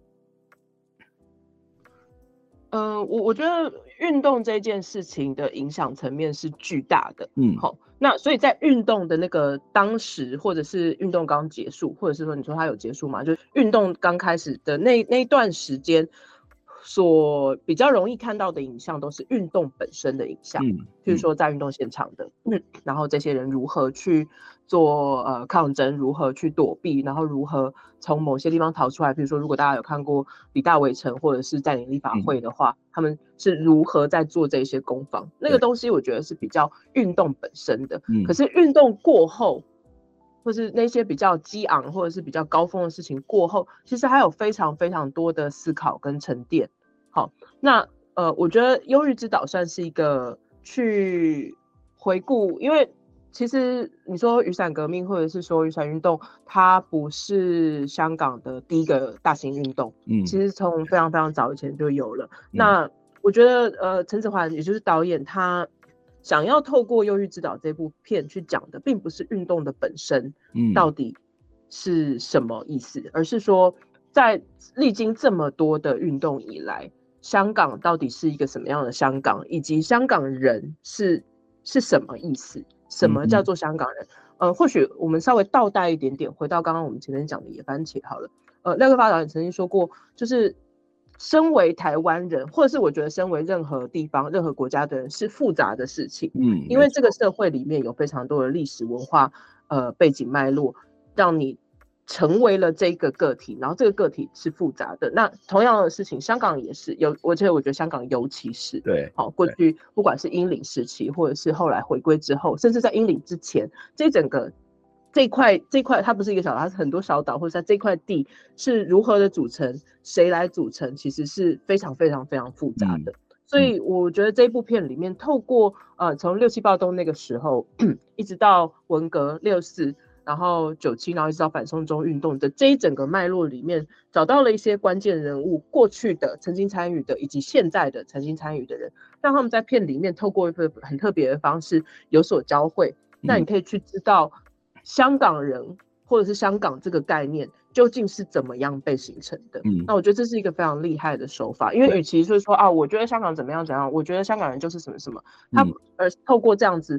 我觉得运动这件事情的影响层面是巨大的。好，那所以在运动的那个当时，或者是运动刚结束，或者是说你说它有结束嘛，就是运动刚开始的那一段时间，所比较容易看到的影像都是运动本身的影像，譬如说在运动现场的，然后这些人如何去做抗争，如何去躲避，然后如何从某些地方逃出来。比如说，如果大家有看过李大围城或者是占领立法会的话，他们是如何在做这些攻防，那个东西我觉得是比较运动本身的。可是运动过后，或是那些比较激昂或者是比较高峰的事情过后，其实还有非常非常多的思考跟沉淀。好，那我觉得《忧郁之岛》算是一个去回顾，因为其实你说雨伞革命或者是说雨伞运动，它不是香港的第一个大型运动，其实从非常非常早以前就有了。那我觉得陈子桓也就是导演，他想要透过《忧郁之岛》这部片去讲的，并不是运动的本身到底是什么意思，而是说在历经这么多的运动以来，香港到底是一个什么样的香港，以及香港人是什么意思，什么叫做香港人。或许我们稍微倒带一点点，回到刚刚我们前面讲的野番茄好了。廖科发导演曾经说过，就是身为台湾人，或者是我觉得身为任何地方任何国家的人是复杂的事情，因为这个社会里面有非常多的历史文化背景脉络，让你成为了这个个体，然后这个个体是复杂的。那同样的事情香港也是有，我觉得香港尤其是对，好，过去不管是英领时期或者是后来回归之后，甚至在英领之前，这一块它不是一个小岛，它是很多小岛，或者在这块地是如何的组成，谁来组成，其实是非常非常非常复杂的。所以我觉得这部片里面透过从六七暴动那个时候一直到文革64，然后97，然后一直到反送中运动的这一整个脉络里面，找到了一些关键人物，过去的曾经参与的，以及现在的曾经参与的人，让他们在片里面透过一个很特别的方式有所交汇。那你可以去知道香港人或者是香港这个概念究竟是怎么样被形成的。那我觉得这是一个非常厉害的手法，因为与其是说我觉得香港怎么样怎样，我觉得香港人就是什么什么，而透过这样子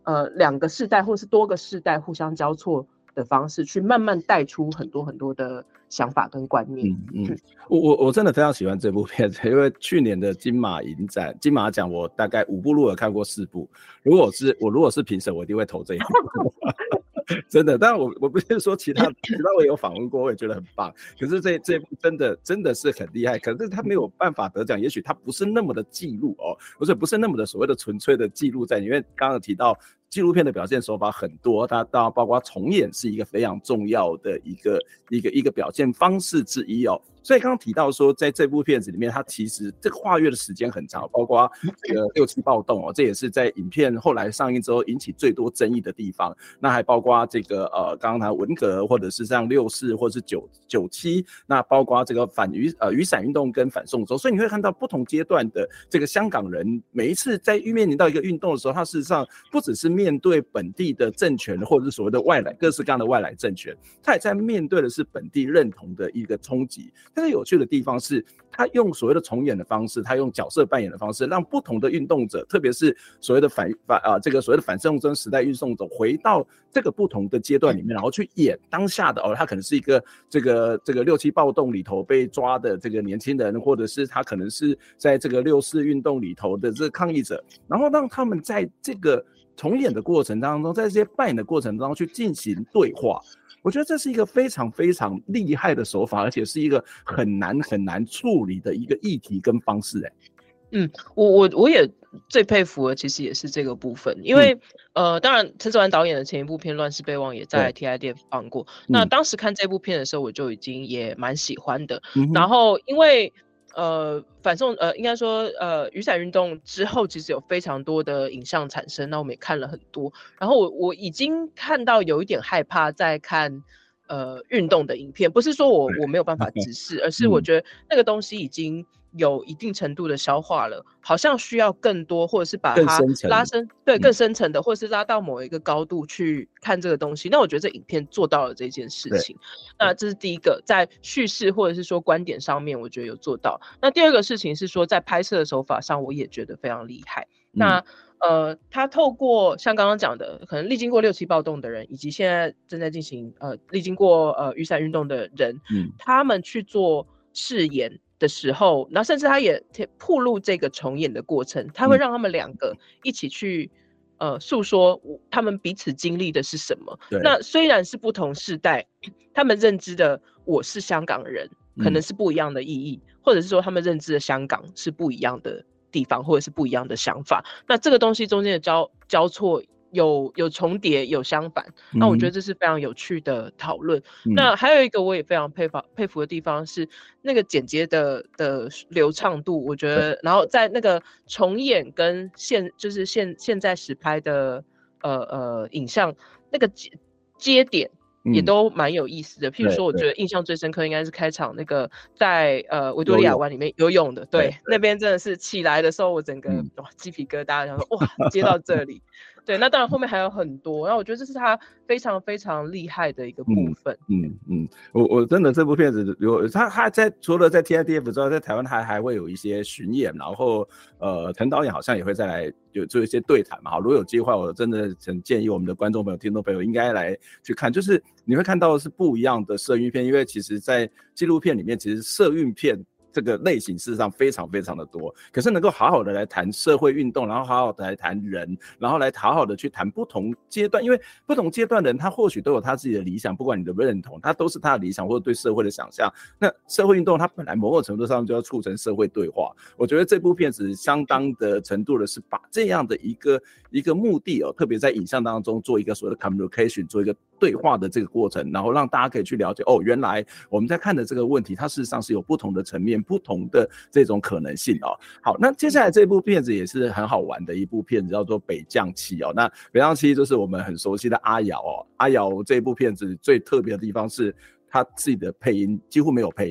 2个世代或是多个世代互相交错的方式，去慢慢带出很多很多的想法跟观念。 我真的非常喜欢这部片子，因为去年的金马影展、金马奖，我大概5部入围看过4部。如果是评审，我一定会投这一部。真的，但我不是说其他我也有访问过，我也觉得很棒。可是这部真的是很厉害，可是他没有办法得奖，也许他不是那么的记录哦，不是那么的所谓的纯粹的记录在里面。刚刚提到纪录片的表现手法很多，它当然包括重演是一个非常重要的一个表现方式之一哦。所以刚刚提到说，在这部片子里面，它其实这个跨越的时间很长，包括这个6、7暴动哦，这也是在影片后来上映之后引起最多争议的地方。那还包括这个刚刚谈文革，或者是像6·4，或者是9·7，那包括这个雨伞运动跟反送中。所以你会看到不同阶段的这个香港人，每一次在面临到一个运动的时候，他事实上不只是面对本地的政权，或者是所谓的外来各式各样的外来政权，他也在面对的是本地认同的一个冲击。但是有趣的地方是，他用所谓的重演的方式，他用角色扮演的方式，让不同的运动者，特别是所谓的这个所谓的反送中时代运动者，回到这个不同的阶段里面，然后去演当下的他可能是一个这个6、7暴动里头被抓的这个年轻人，或者是他可能是在这个6·4运动里头的这个抗议者，然后让他们在这个重演的过程当中，在这些扮演的过程当中去进行对话。我觉得这是一个非常非常厉害的手法，而且是一个很难处理的一个议题跟方式。 我也最佩服的其实也是这个部分，因为当然陈子完导演的前一部片《乱世备忘》也在 TIDF 放过。那当时看这部片的时候，我就已经也蛮喜欢的。然后因为应该说雨伞运动之后，其实有非常多的影像产生，那我们也看了很多。然后我已经看到有一点害怕在看运动的影片，不是说我没有办法直视，而是我觉得那个东西已经有一定程度的消化了，好像需要更多，或者是把它拉升，对，更深层的，或者是拉到某一个高度去看这个东西。那我觉得这影片做到了这件事情。那这是第一个，在叙事或者是说观点上面，我觉得有做到。那第二个事情是说，在拍摄的手法上，我也觉得非常厉害。那他透过像刚刚讲的，可能历经过6、7暴动的人，以及现在正在进行历经过雨伞运动的人，他们去做饰演的时候，然后甚至他也曝露这个重演的过程，他会让他们2个一起去诉说他们彼此经历的是什么。那虽然是不同世代，他们认知的我是香港人可能是不一样的意义，或者是说他们认知的香港是不一样的地方，或者是不一样的想法。那这个东西中间的交错有重叠，有相反，那我觉得这是非常有趣的讨论。那还有一个我也非常佩服的地方是那个剪接的流畅度，我觉得，然后在那个重演跟就是现在实拍的影像那个接点也都蛮有意思的。譬如说我觉得印象最深刻应该是开场那个在维多利亚湾里面游泳的，对，那边真的是起来的时候我整个鸡皮疙瘩，想说哇接到这里。对，那当然后面还有很多，然后我觉得这是他非常非常厉害的一个部分。 我真的这部片子他除了在 TIDF 之外，在台湾还会有一些巡演，然后陈导演好像也会再来有做一些对谈嘛。如果有机会，我真的很建议我们的观众朋友、听众朋友应该来去看，就是你会看到的是不一样的社运片，因为其实在纪录片里面，其实社运片这个类型事实上非常非常的多，可是能够好好的来谈社会运动，然后好好的来谈人，然后来好好的去谈不同阶段，因为不同阶段的人他或许都有他自己的理想，不管你的认同，他都是他的理想或者对社会的想象。那社会运动它本来某种程度上就要促成社会对话，我觉得这部片子相当的程度的是把这样的一个目的特别在影像当中做一个所谓的 communication， 做一个对话的这个过程，然后让大家可以去了解原来我们在看的这个问题它事实上是有不同的层面、不同的这种可能性好，那接下来这部片子也是很好玩的一部片子，叫做《北将七》那北将七就是我们很熟悉的阿瑶阿瑶这部片子最特别的地方是他自己的配音几乎没有配音，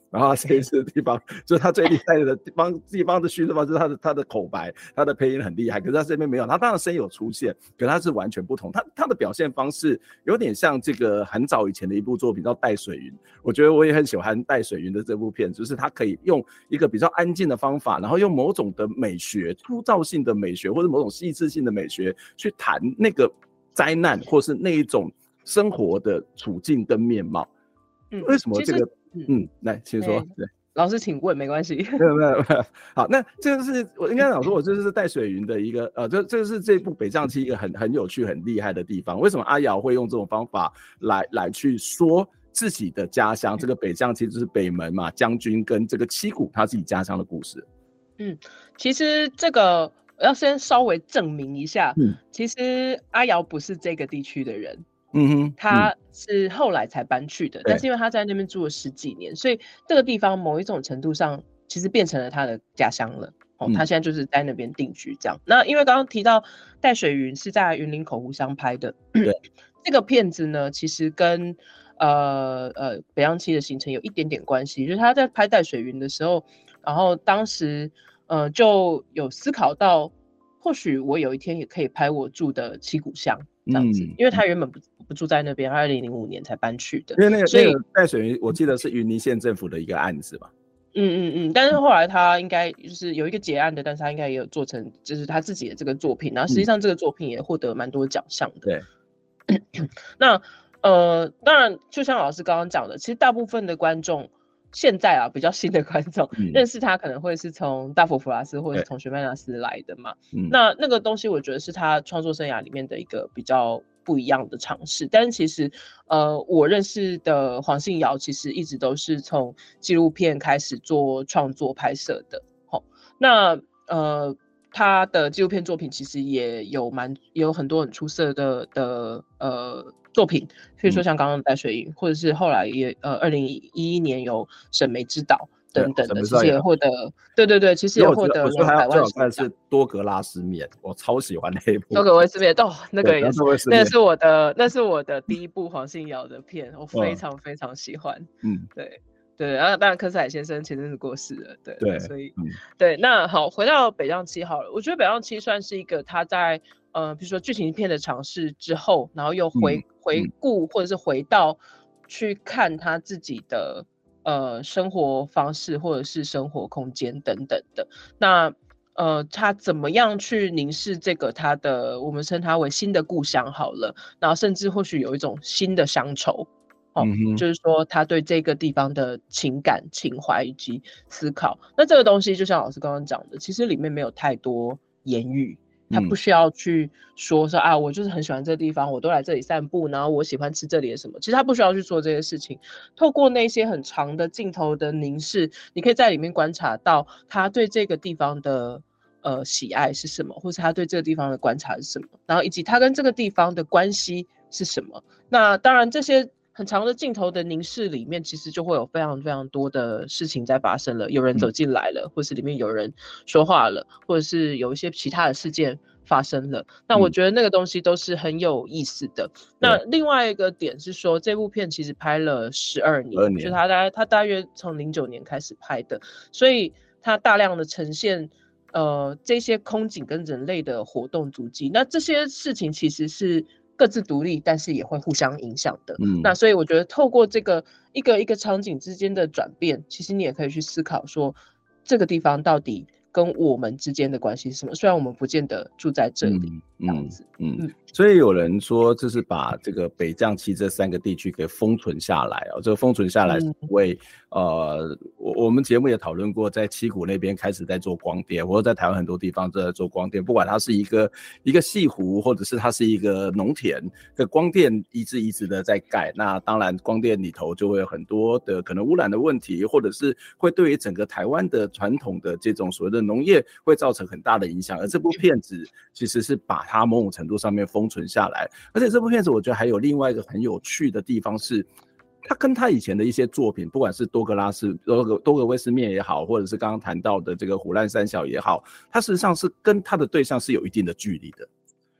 然后这一次的地方就是他最厉害的地方的叙述方就是他的口白，他的配音很厉害，可是他这边没有，他当然声音有出现，可是他是完全不同，他的表现方式有点像这个很早以前的一部作品叫《带水云》，我觉得我也很喜欢《带水云》的这部片，就是他可以用一个比较安静的方法，然后用某种的美学，粗糙性的美学或者某种细致性的美学去谈那个灾难或是那一种生活的处境跟面貌。为什么这个来请说。对， 老师请问，没关系。 没有。好，那这个是我应该讲说，我这是带水云的一个这是这部北将棋一个很有趣很厉害的地方。为什么阿瑶会用这种方法来去说自己的家乡？这个北将棋就是北门嘛，将军跟这个七股他自己家乡的故事。 其实这个要先稍微证明一下，其实阿瑶不是这个地区的人。他是后来才搬去的，但是因为他在那边住了10几年，所以这个地方某一种程度上其实变成了他的家乡了。他现在就是在那边定居这样。那因为刚刚提到带水云是在云林口湖乡拍的，这个片子呢其实跟北洋期的行程有一点点关系，就是他在拍带水云的时候，然后当时就有思考到，或许我有一天也可以拍我住的七股乡这样子，因为他原本不住在那边，他2005年才搬去的。 因为那个带水云，我记得是云林县政府的一个案子吧。 但是后来他应该就是有一个结案的，但是他应该也有做成就是他自己的这个作品，然后实际上这个作品也获得蛮多奖项的。对，那当然就像老师刚刚讲的，其实大部分的观众现在比较新的观众认识他可能会是从大佛普拉斯或者是从雪曼纳斯来的嘛。那个东西我觉得是他创作生涯里面的一个比较不一样的尝试。但是其实我认识的黄信尧其实一直都是从纪录片开始做创作拍摄的。那他的纪录片作品其实也有很多很出色的作品，比如说像刚刚的带水云，或者是后来也2011年有沈眉之岛等等的，其实也获得对，其实也获得我还有最好看的是多格拉斯面，我超喜欢那一部。 多格维斯面那个也是，那是我的第一部黄信尧的片，我非常非常喜欢。对，然后当然柯斯海先生前阵子过世了，对，所以对，那好，回到北将七好了，我觉得北将七算是一个他在比如说剧情片的尝试之后，然后又回顾或者是回到去看他自己的生活方式或者是生活空间等等的。那他怎么样去凝视这个他的我们称他为新的故乡好了，然后甚至或许有一种新的乡愁。就是说他对这个地方的情感情怀以及思考，那这个东西就像老师刚刚讲的，其实里面没有太多言语，他不需要去说我就是很喜欢这个地方，我都来这里散步，然后我喜欢吃这里的什么，其实他不需要去做这些事情。透过那些很长的镜头的凝视，你可以在里面观察到他对这个地方的喜爱是什么，或是他对这个地方的观察是什么，然后以及他跟这个地方的关系是什么。那当然这些很长的镜头的凝视里面，其实就会有非常非常多的事情在发生了，有人走进来了，或是里面有人说话了，或者是有一些其他的事件发生了。那我觉得那个东西都是很有意思的。那另外一个点是说，这部片其实拍了12年，就是他大约从09年开始拍的，所以他大量的呈现这些空景跟人类的活动足迹。那这些事情其实是各自独立，但是也会互相影响的。那所以我觉得透过这个一个场景之间的转变，其实你也可以去思考说，这个地方到底跟我们之间的关系是什么？虽然我们不见得住在这里，这样子。 所以有人说，就是把这个北将七这3个地区给封存下来这个封存下来是因为我们节目也讨论过，在七股那边开始在做光电，或者在台湾很多地方都在做光电，不管它是一个碲湖，或者是它是一个农田，这光电一直的在盖。那当然光电里头就会有很多的可能污染的问题，或者是会对于整个台湾的传统的这种所谓的农业会造成很大的影响。而这部片子其实是把它某种程度上面封存下来。而且这部片子我觉得还有另外一个很有趣的地方是，他跟他以前的一些作品，不管是多格威斯面也好，或者是刚刚谈到的这个虎烂三小也好，他事实上是跟他的对象是有一定的距离的。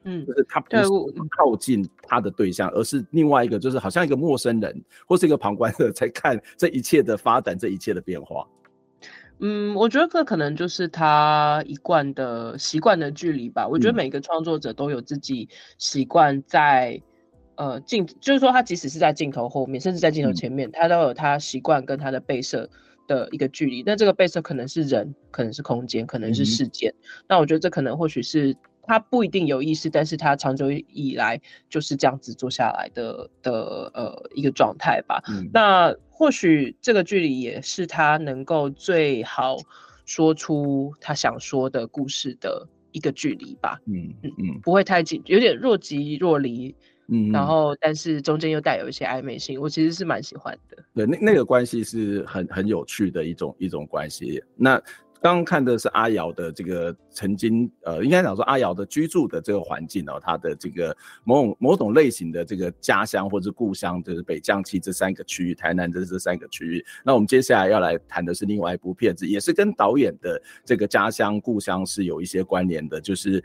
就是他不是靠近他的对象，而是另外一个，就是好像一个陌生人或是一个旁观者在看这一切的发展，这一切的变化。 我觉得这可能就是他一贯的习惯的距离吧。我觉得每个创作者都有自己习惯在就是说他即使是在镜头后面，甚至在镜头前面，他都有他习惯跟他的被摄的一个距离。那这个被摄可能是人，可能是空间，可能是事件。那我觉得这可能或许是他不一定有意识，但是他长久以来就是这样子做下来的一个状态吧。那或许这个距离也是他能够最好说出他想说的故事的一个距离吧。不会太近，有点若即若离。然后但是中间又带有一些暧昧性，我其实是蛮喜欢的。 对，那个关系是很有趣的一种关系。那刚刚看的是阿瑶的这个曾经应该讲说阿瑶的居住的这个环境哦，他的这个某种类型的这个家乡或者故乡，就是北降七这3个区域，台南这3个区域。那我们接下来要来谈的是另外一部片子，也是跟导演的这个家乡故乡是有一些关联的，就是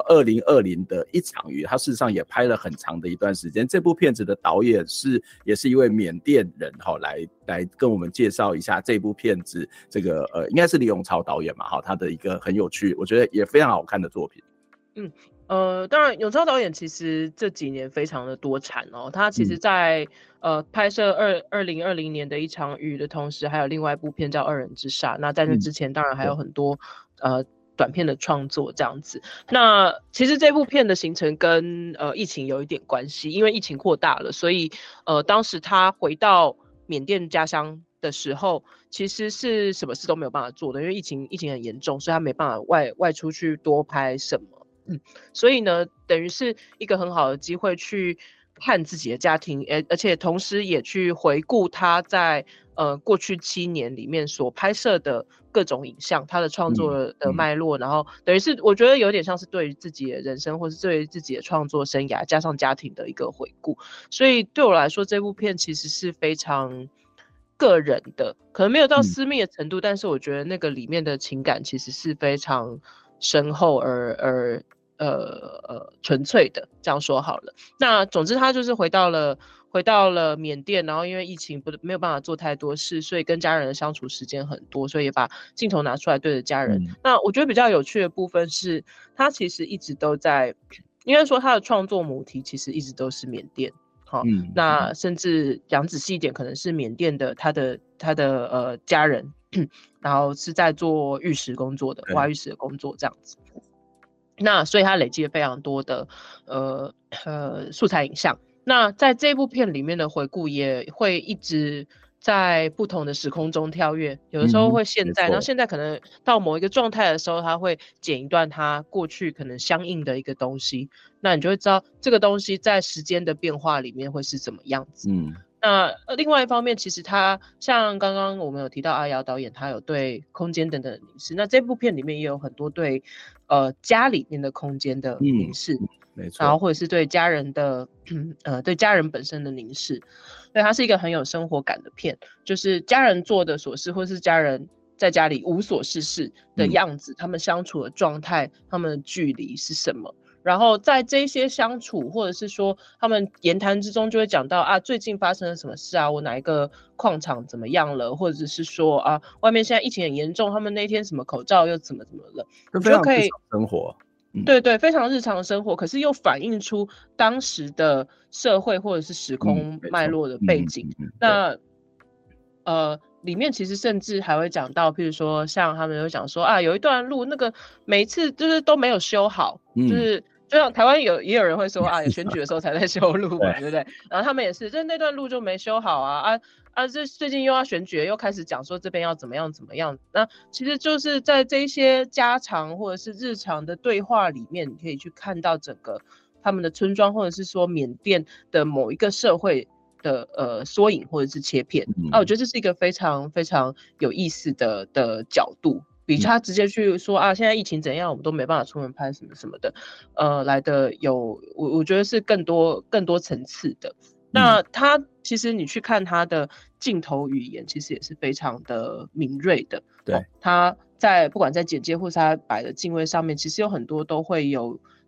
2020的一场雨，他事实上也拍了很长的一段时间。这部片子的导演也是一位缅甸人来跟我们介绍一下这部片子，这个应该是李永超导演嘛，他的一个很有趣，我觉得也非常好看的作品。 当然永超导演其实这几年非常的多产哦，他其实在拍摄2020年的一场雨的同时，还有另外一部片叫《二人之煞》。那在这之前当然还有很多短片的创作这样子。那其实这部片的形成跟疫情有一点关系，因为疫情扩大了，所以当时他回到缅甸家乡的时候，其实是什么事都没有办法做的，因为疫情很严重，所以他没办法外出去多拍什么。所以呢，等于是一个很好的机会去看自己的家庭，而且同时也去回顾他在过去7年里面所拍摄的各种影像，他的创作的脉络，然后等于是我觉得有点像是对于自己的人生或是对于自己的创作生涯加上家庭的一个回顾。所以对我来说，这部片其实是非常个人的，可能没有到私密的程度，但是我觉得那个里面的情感其实是非常深厚而纯粹的，这样说好了。那总之他就是回到了缅甸，然后因为疫情没有办法做太多事，所以跟家人的相处时间很多，所以也把镜头拿出来对着家人。那我觉得比较有趣的部分是，他其实一直都在，应该说他的创作母题其实一直都是缅甸。那甚至讲仔细一点，可能是缅甸的他的家人，然后是在做玉石工作的，挖玉石的工作这样子。那所以他累积了非常多的素材影像。那在这部片里面的回顾也会一直在不同的时空中跳跃，有的时候会现在，然后现在可能到某一个状态的时候，他会剪一段他过去可能相应的一个东西，那你就会知道这个东西在时间的变化里面会是怎么样子。那另外一方面，其实他像刚刚我们有提到阿瑶导演，他有对空间等等的凝视。那这部片里面也有很多对家里面的空间的凝视，没错，然后或者是对家人的对家人本身的凝视。对，它是一个很有生活感的片，就是家人做的琐事，或是家人在家里无所事事的样子，他们相处的状态，他们的距离是什么。然后在这些相处，或者是说他们言谈之中就会讲到啊，最近发生了什么事啊，我哪一个矿场怎么样了，或者是说啊，外面现在疫情很严重，他们那天什么口罩又怎么了， 就非常日常生活。 对对，非常日常的生活，可是又反映出当时的社会或者是时空脉络的背景。那里面其实甚至还会讲到，譬如说像他们有讲说啊，有一段路那个每一次就是都没有修好，就是就像台湾也有人会说啊，选举的时候才在修路嘛，对不对？然后他们也是，就是那段路就没修好啊，这最近又要选举，又开始讲说这边要怎么样怎么样。那其实就是在这些家常或者是日常的对话里面，你可以去看到整个他们的村庄，或者是说缅甸的某一个社会的缩影或者是切片。我觉得这是一个非常非常有意思的角度，比他直接去说啊，现在疫情怎样，我们都没办法出门拍什么什么的，来的我觉得是更多层次的。那他其实你去看他的镜头语言，其实也是非常的敏锐的。对，他不管在剪接或是他摆的镜位上面，其实有很多都会有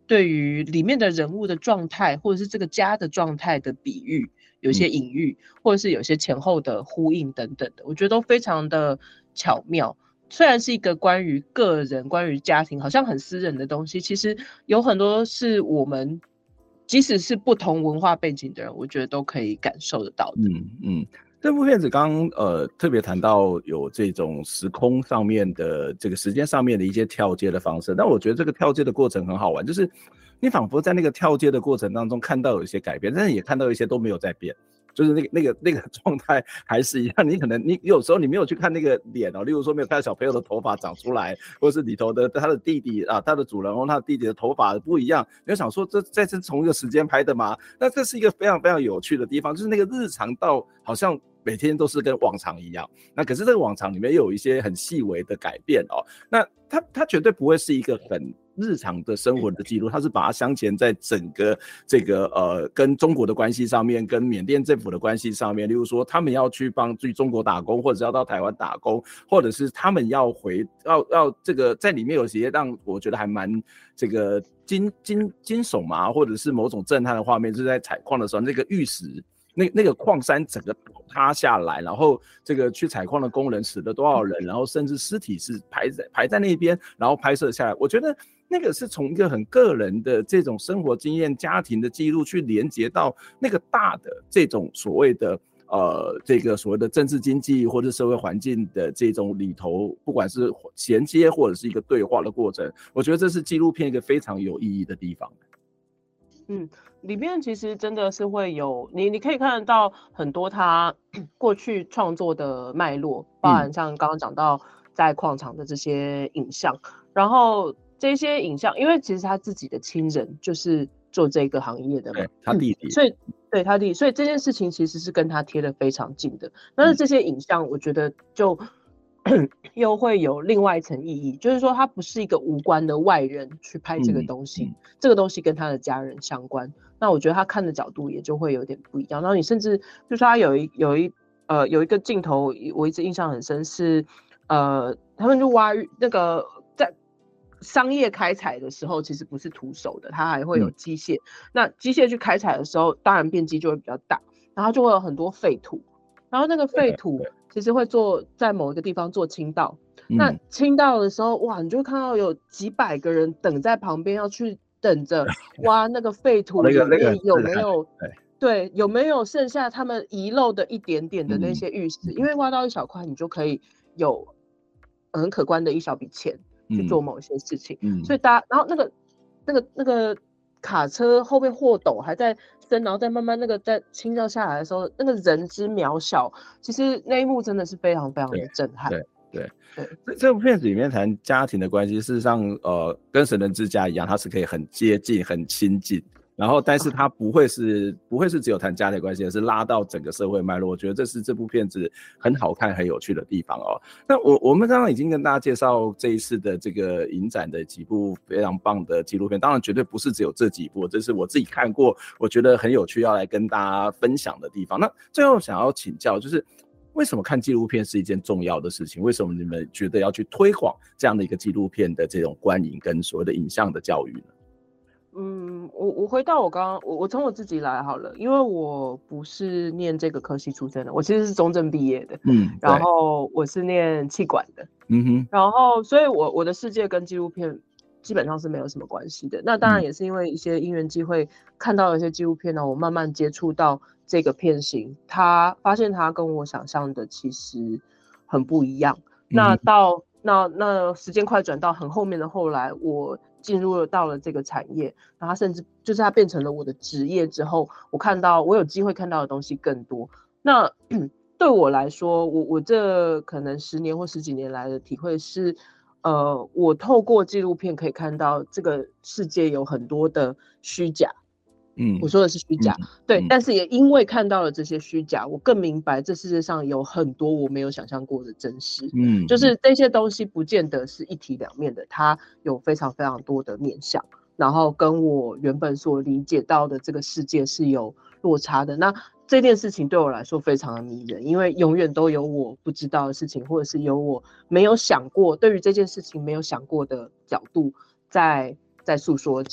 对于里面的人物的状态，或者是这个家的状态的比喻，有一些隐喻，或者是有些前后的呼应等等的，我觉得都非常的巧妙。虽然是一个关于个人、关于家庭，好像很私人的东西，其实有很多是我们即使是不同文化背景的人，我觉得都可以感受得到的。 这部片子刚特别谈到有这种时空上面的这个时间上面的一些跳接的方式，但我觉得这个跳接的过程很好玩，就是你仿佛在那个跳接的过程当中看到有一些改变，但是也看到一些都没有在变。就是那个状态还是一样，你可能你有时候你没有去看那个脸例如说没有看到小朋友的头发长出来，或者是里头的他的弟弟他的主人公他的弟弟的头发不一样，你就想说这是同一个时间拍的吗？那这是一个非常非常有趣的地方，就是那个日常到好像每天都是跟往常一样，那可是这个往常里面又有一些很细微的改变那它绝对不会是一个很日常的生活的记录，它是把它镶嵌在整个这个跟中国的关系上面，跟缅甸政府的关系上面，例如说他们要去帮助中国打工，或者是要到台湾打工，或者是他们要这个在里面有些让我觉得还蛮这个惊悚嘛，或者是某种震撼的画面，就是在采矿的时候那个玉石那个矿山整个塌下来，然后这个去采矿的工人死了多少人，然后甚至尸体是排在那边，然后拍摄下来，我觉得那个是从一个很个人的这种生活经验、家庭的记录去连接到那个大的这种所谓的这个所谓的政治经济或者社会环境的这种里头，不管是衔接或者是一个对话的过程，我觉得这是纪录片一个非常有意义的地方。 里面其实真的是会有你可以看得到很多他过去创作的脉络，包含像刚刚讲到在矿场的这些影像，然后这些影像因为其实他自己的亲人就是做这个行业的嘛， 他弟弟， 所以对他弟弟，所以这件事情其实是跟他贴得非常近的。但是这些影像我觉得就又会有另外一层意义，就是说他不是一个无关的外人去拍这个东西，这个东西跟他的家人相关，那我觉得他看的角度也就会有点不一样。然后你甚至就是他有一个镜头我一直印象很深是他们就挖那个在商业开采的时候其实不是徒手的，他还会有机械，那机械去开采的时候当然面积就会比较大，然后就会有很多废土，然后那个废土其实会在某一个地方做倾倒，那倾倒的时候哇，你就会看到有几百个人等在旁边要去等着挖那个废土里面有没有对有没有剩下他们遗漏的一点点的那些玉石，因为挖到一小块你就可以有很可观的一小笔钱去做某些事情，所以然后那个卡车后面货斗还在升，然后再慢慢那个在倾倒下来的时候，那个人之渺小，其实那一幕真的是非常非常的震撼。 对，这部片子里面谈家庭的关系，事实上跟神人之家一样，它是可以很接近、很亲近。然后，但是它不会是只有谈家庭关系，而是拉到整个社会脉络。我觉得这是这部片子很好看、很有趣的地方那我们刚刚已经跟大家介绍这一次的这个影展的几部非常棒的纪录片，当然绝对不是只有这几部，这是我自己看过，我觉得很有趣，要来跟大家分享的地方。那最后想要请教，就是为什么看纪录片是一件重要的事情？为什么你们觉得要去推广这样的一个纪录片的这种观影跟所谓的影像的教育呢？ 我回到我从我自己来好了，因为我不是念这个科系出身的，我其实是中正毕业的，然后我是念企管的，然后所以我的世界跟纪录片基本上是没有什么关系的。那当然也是因为一些因缘机会看到了一些纪录片呢，我慢慢接触到这个片型，发现它跟我想象的其实很不一样。那时间快转到很后面的后来，我进入到了这个产业，然后它甚至就是它变成了我的职业之后，我有机会看到的东西更多。那对我来说，我这可能10年或10几年来的体会是，我透过纪录片可以看到这个世界有很多的虚假。我说的是虚假，对，但是也因为看到了这些虚假，我更明白这世界上有很多我没有想象过的真实。就是这些东西不见得是一体两面的，它有非常非常多的面向，然后跟我原本所理解到的这个世界是有落差的。那这件事情对我来说非常的迷人，因为永远都有我不知道的事情，或者是有我没有想过，对于这件事情没有想过的角度在诉说着。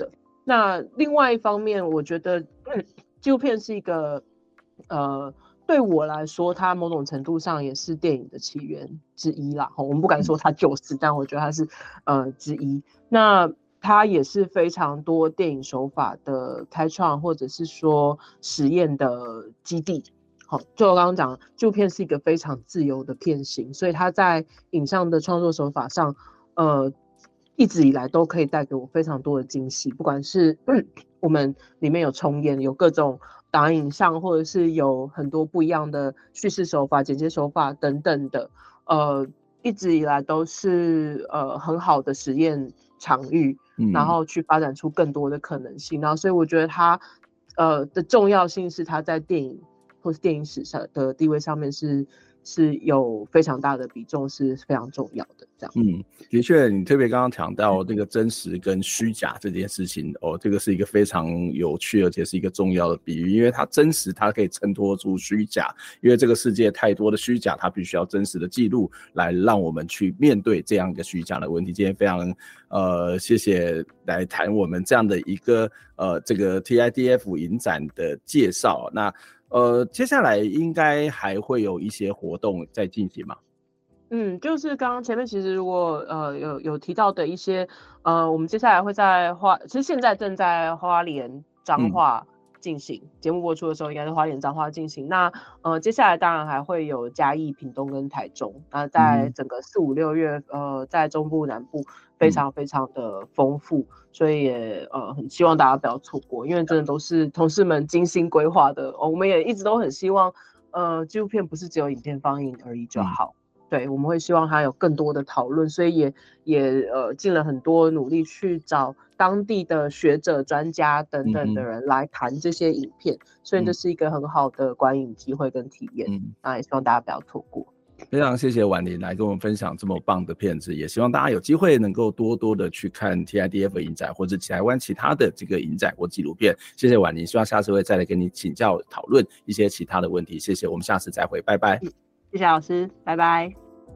那另外一方面，我觉得纪录片是一个对我来说，它某种程度上也是电影的起源之一啦。我们不敢说它就是，但我觉得它是之一。那它也是非常多电影手法的开创，或者是说实验的基地。好，就我刚刚讲，纪录片是一个非常自由的片型，所以它在影像的创作手法上，一直以来都可以带给我非常多的惊喜。不管是我们里面有重演，有各种打影像，或者是有很多不一样的叙事手法、剪接手法等等的，一直以来都是很好的实验场域，然后去发展出更多的可能性。然后，所以我觉得它的重要性是它在电影或是电影史上的地位上面是有非常大的比重，是非常重要的。这样， 的确，你特别刚刚讲到这个真实跟虚假这件事情，这个是一个非常有趣而且是一个重要的比喻，因为它真实，它可以衬托出虚假，因为这个世界太多的虚假，它必须要真实的记录来让我们去面对这样一个虚假的问题。今天非常谢谢来谈我们这样的一个这个 TIDF 影展的介绍。那接下来应该还会有一些活动在进行吗？ 就是刚刚前面其实如果有提到的一些我们接下来会在其实现在正在花莲彰化进行，节目播出的时候应该是花莲彰化进行。那接下来当然还会有嘉义、屏东跟台中。那在整个4、5、6月在中部南部非常非常的丰富，所以也很希望大家不要错过，因为真的都是同事们精心规划的。我们也一直都很希望纪录片不是只有影片放映而已就好。对，我们会希望它有更多的讨论，所以也尽了很多努力去找当地的学者、专家等等的人来谈这些影片，所以这是一个很好的观影机会跟体验。那也希望大家不要错过。 非常谢谢婉玲来跟我们分享这么棒的片子，也希望大家有机会能够多多的去看 TIDF 影展或者台湾其他的这个影展或纪录片。谢谢婉玲，希望下次会再来跟你请教讨论一些其他的问题。谢谢，我们下次再会，拜拜。 谢谢老师，拜拜。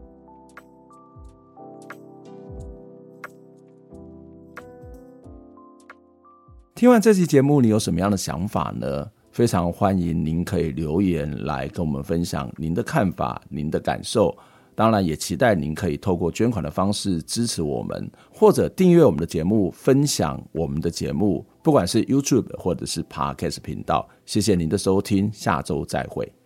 听完这期节目，你有什么样的想法呢？非常欢迎您可以留言来跟我们分享您的看法、您的感受。当然也期待您可以透过捐款的方式支持我们，或者订阅我们的节目，分享我们的节目，不管是 YouTube 或者是 Podcast 频道。谢谢您的收听，下周再会。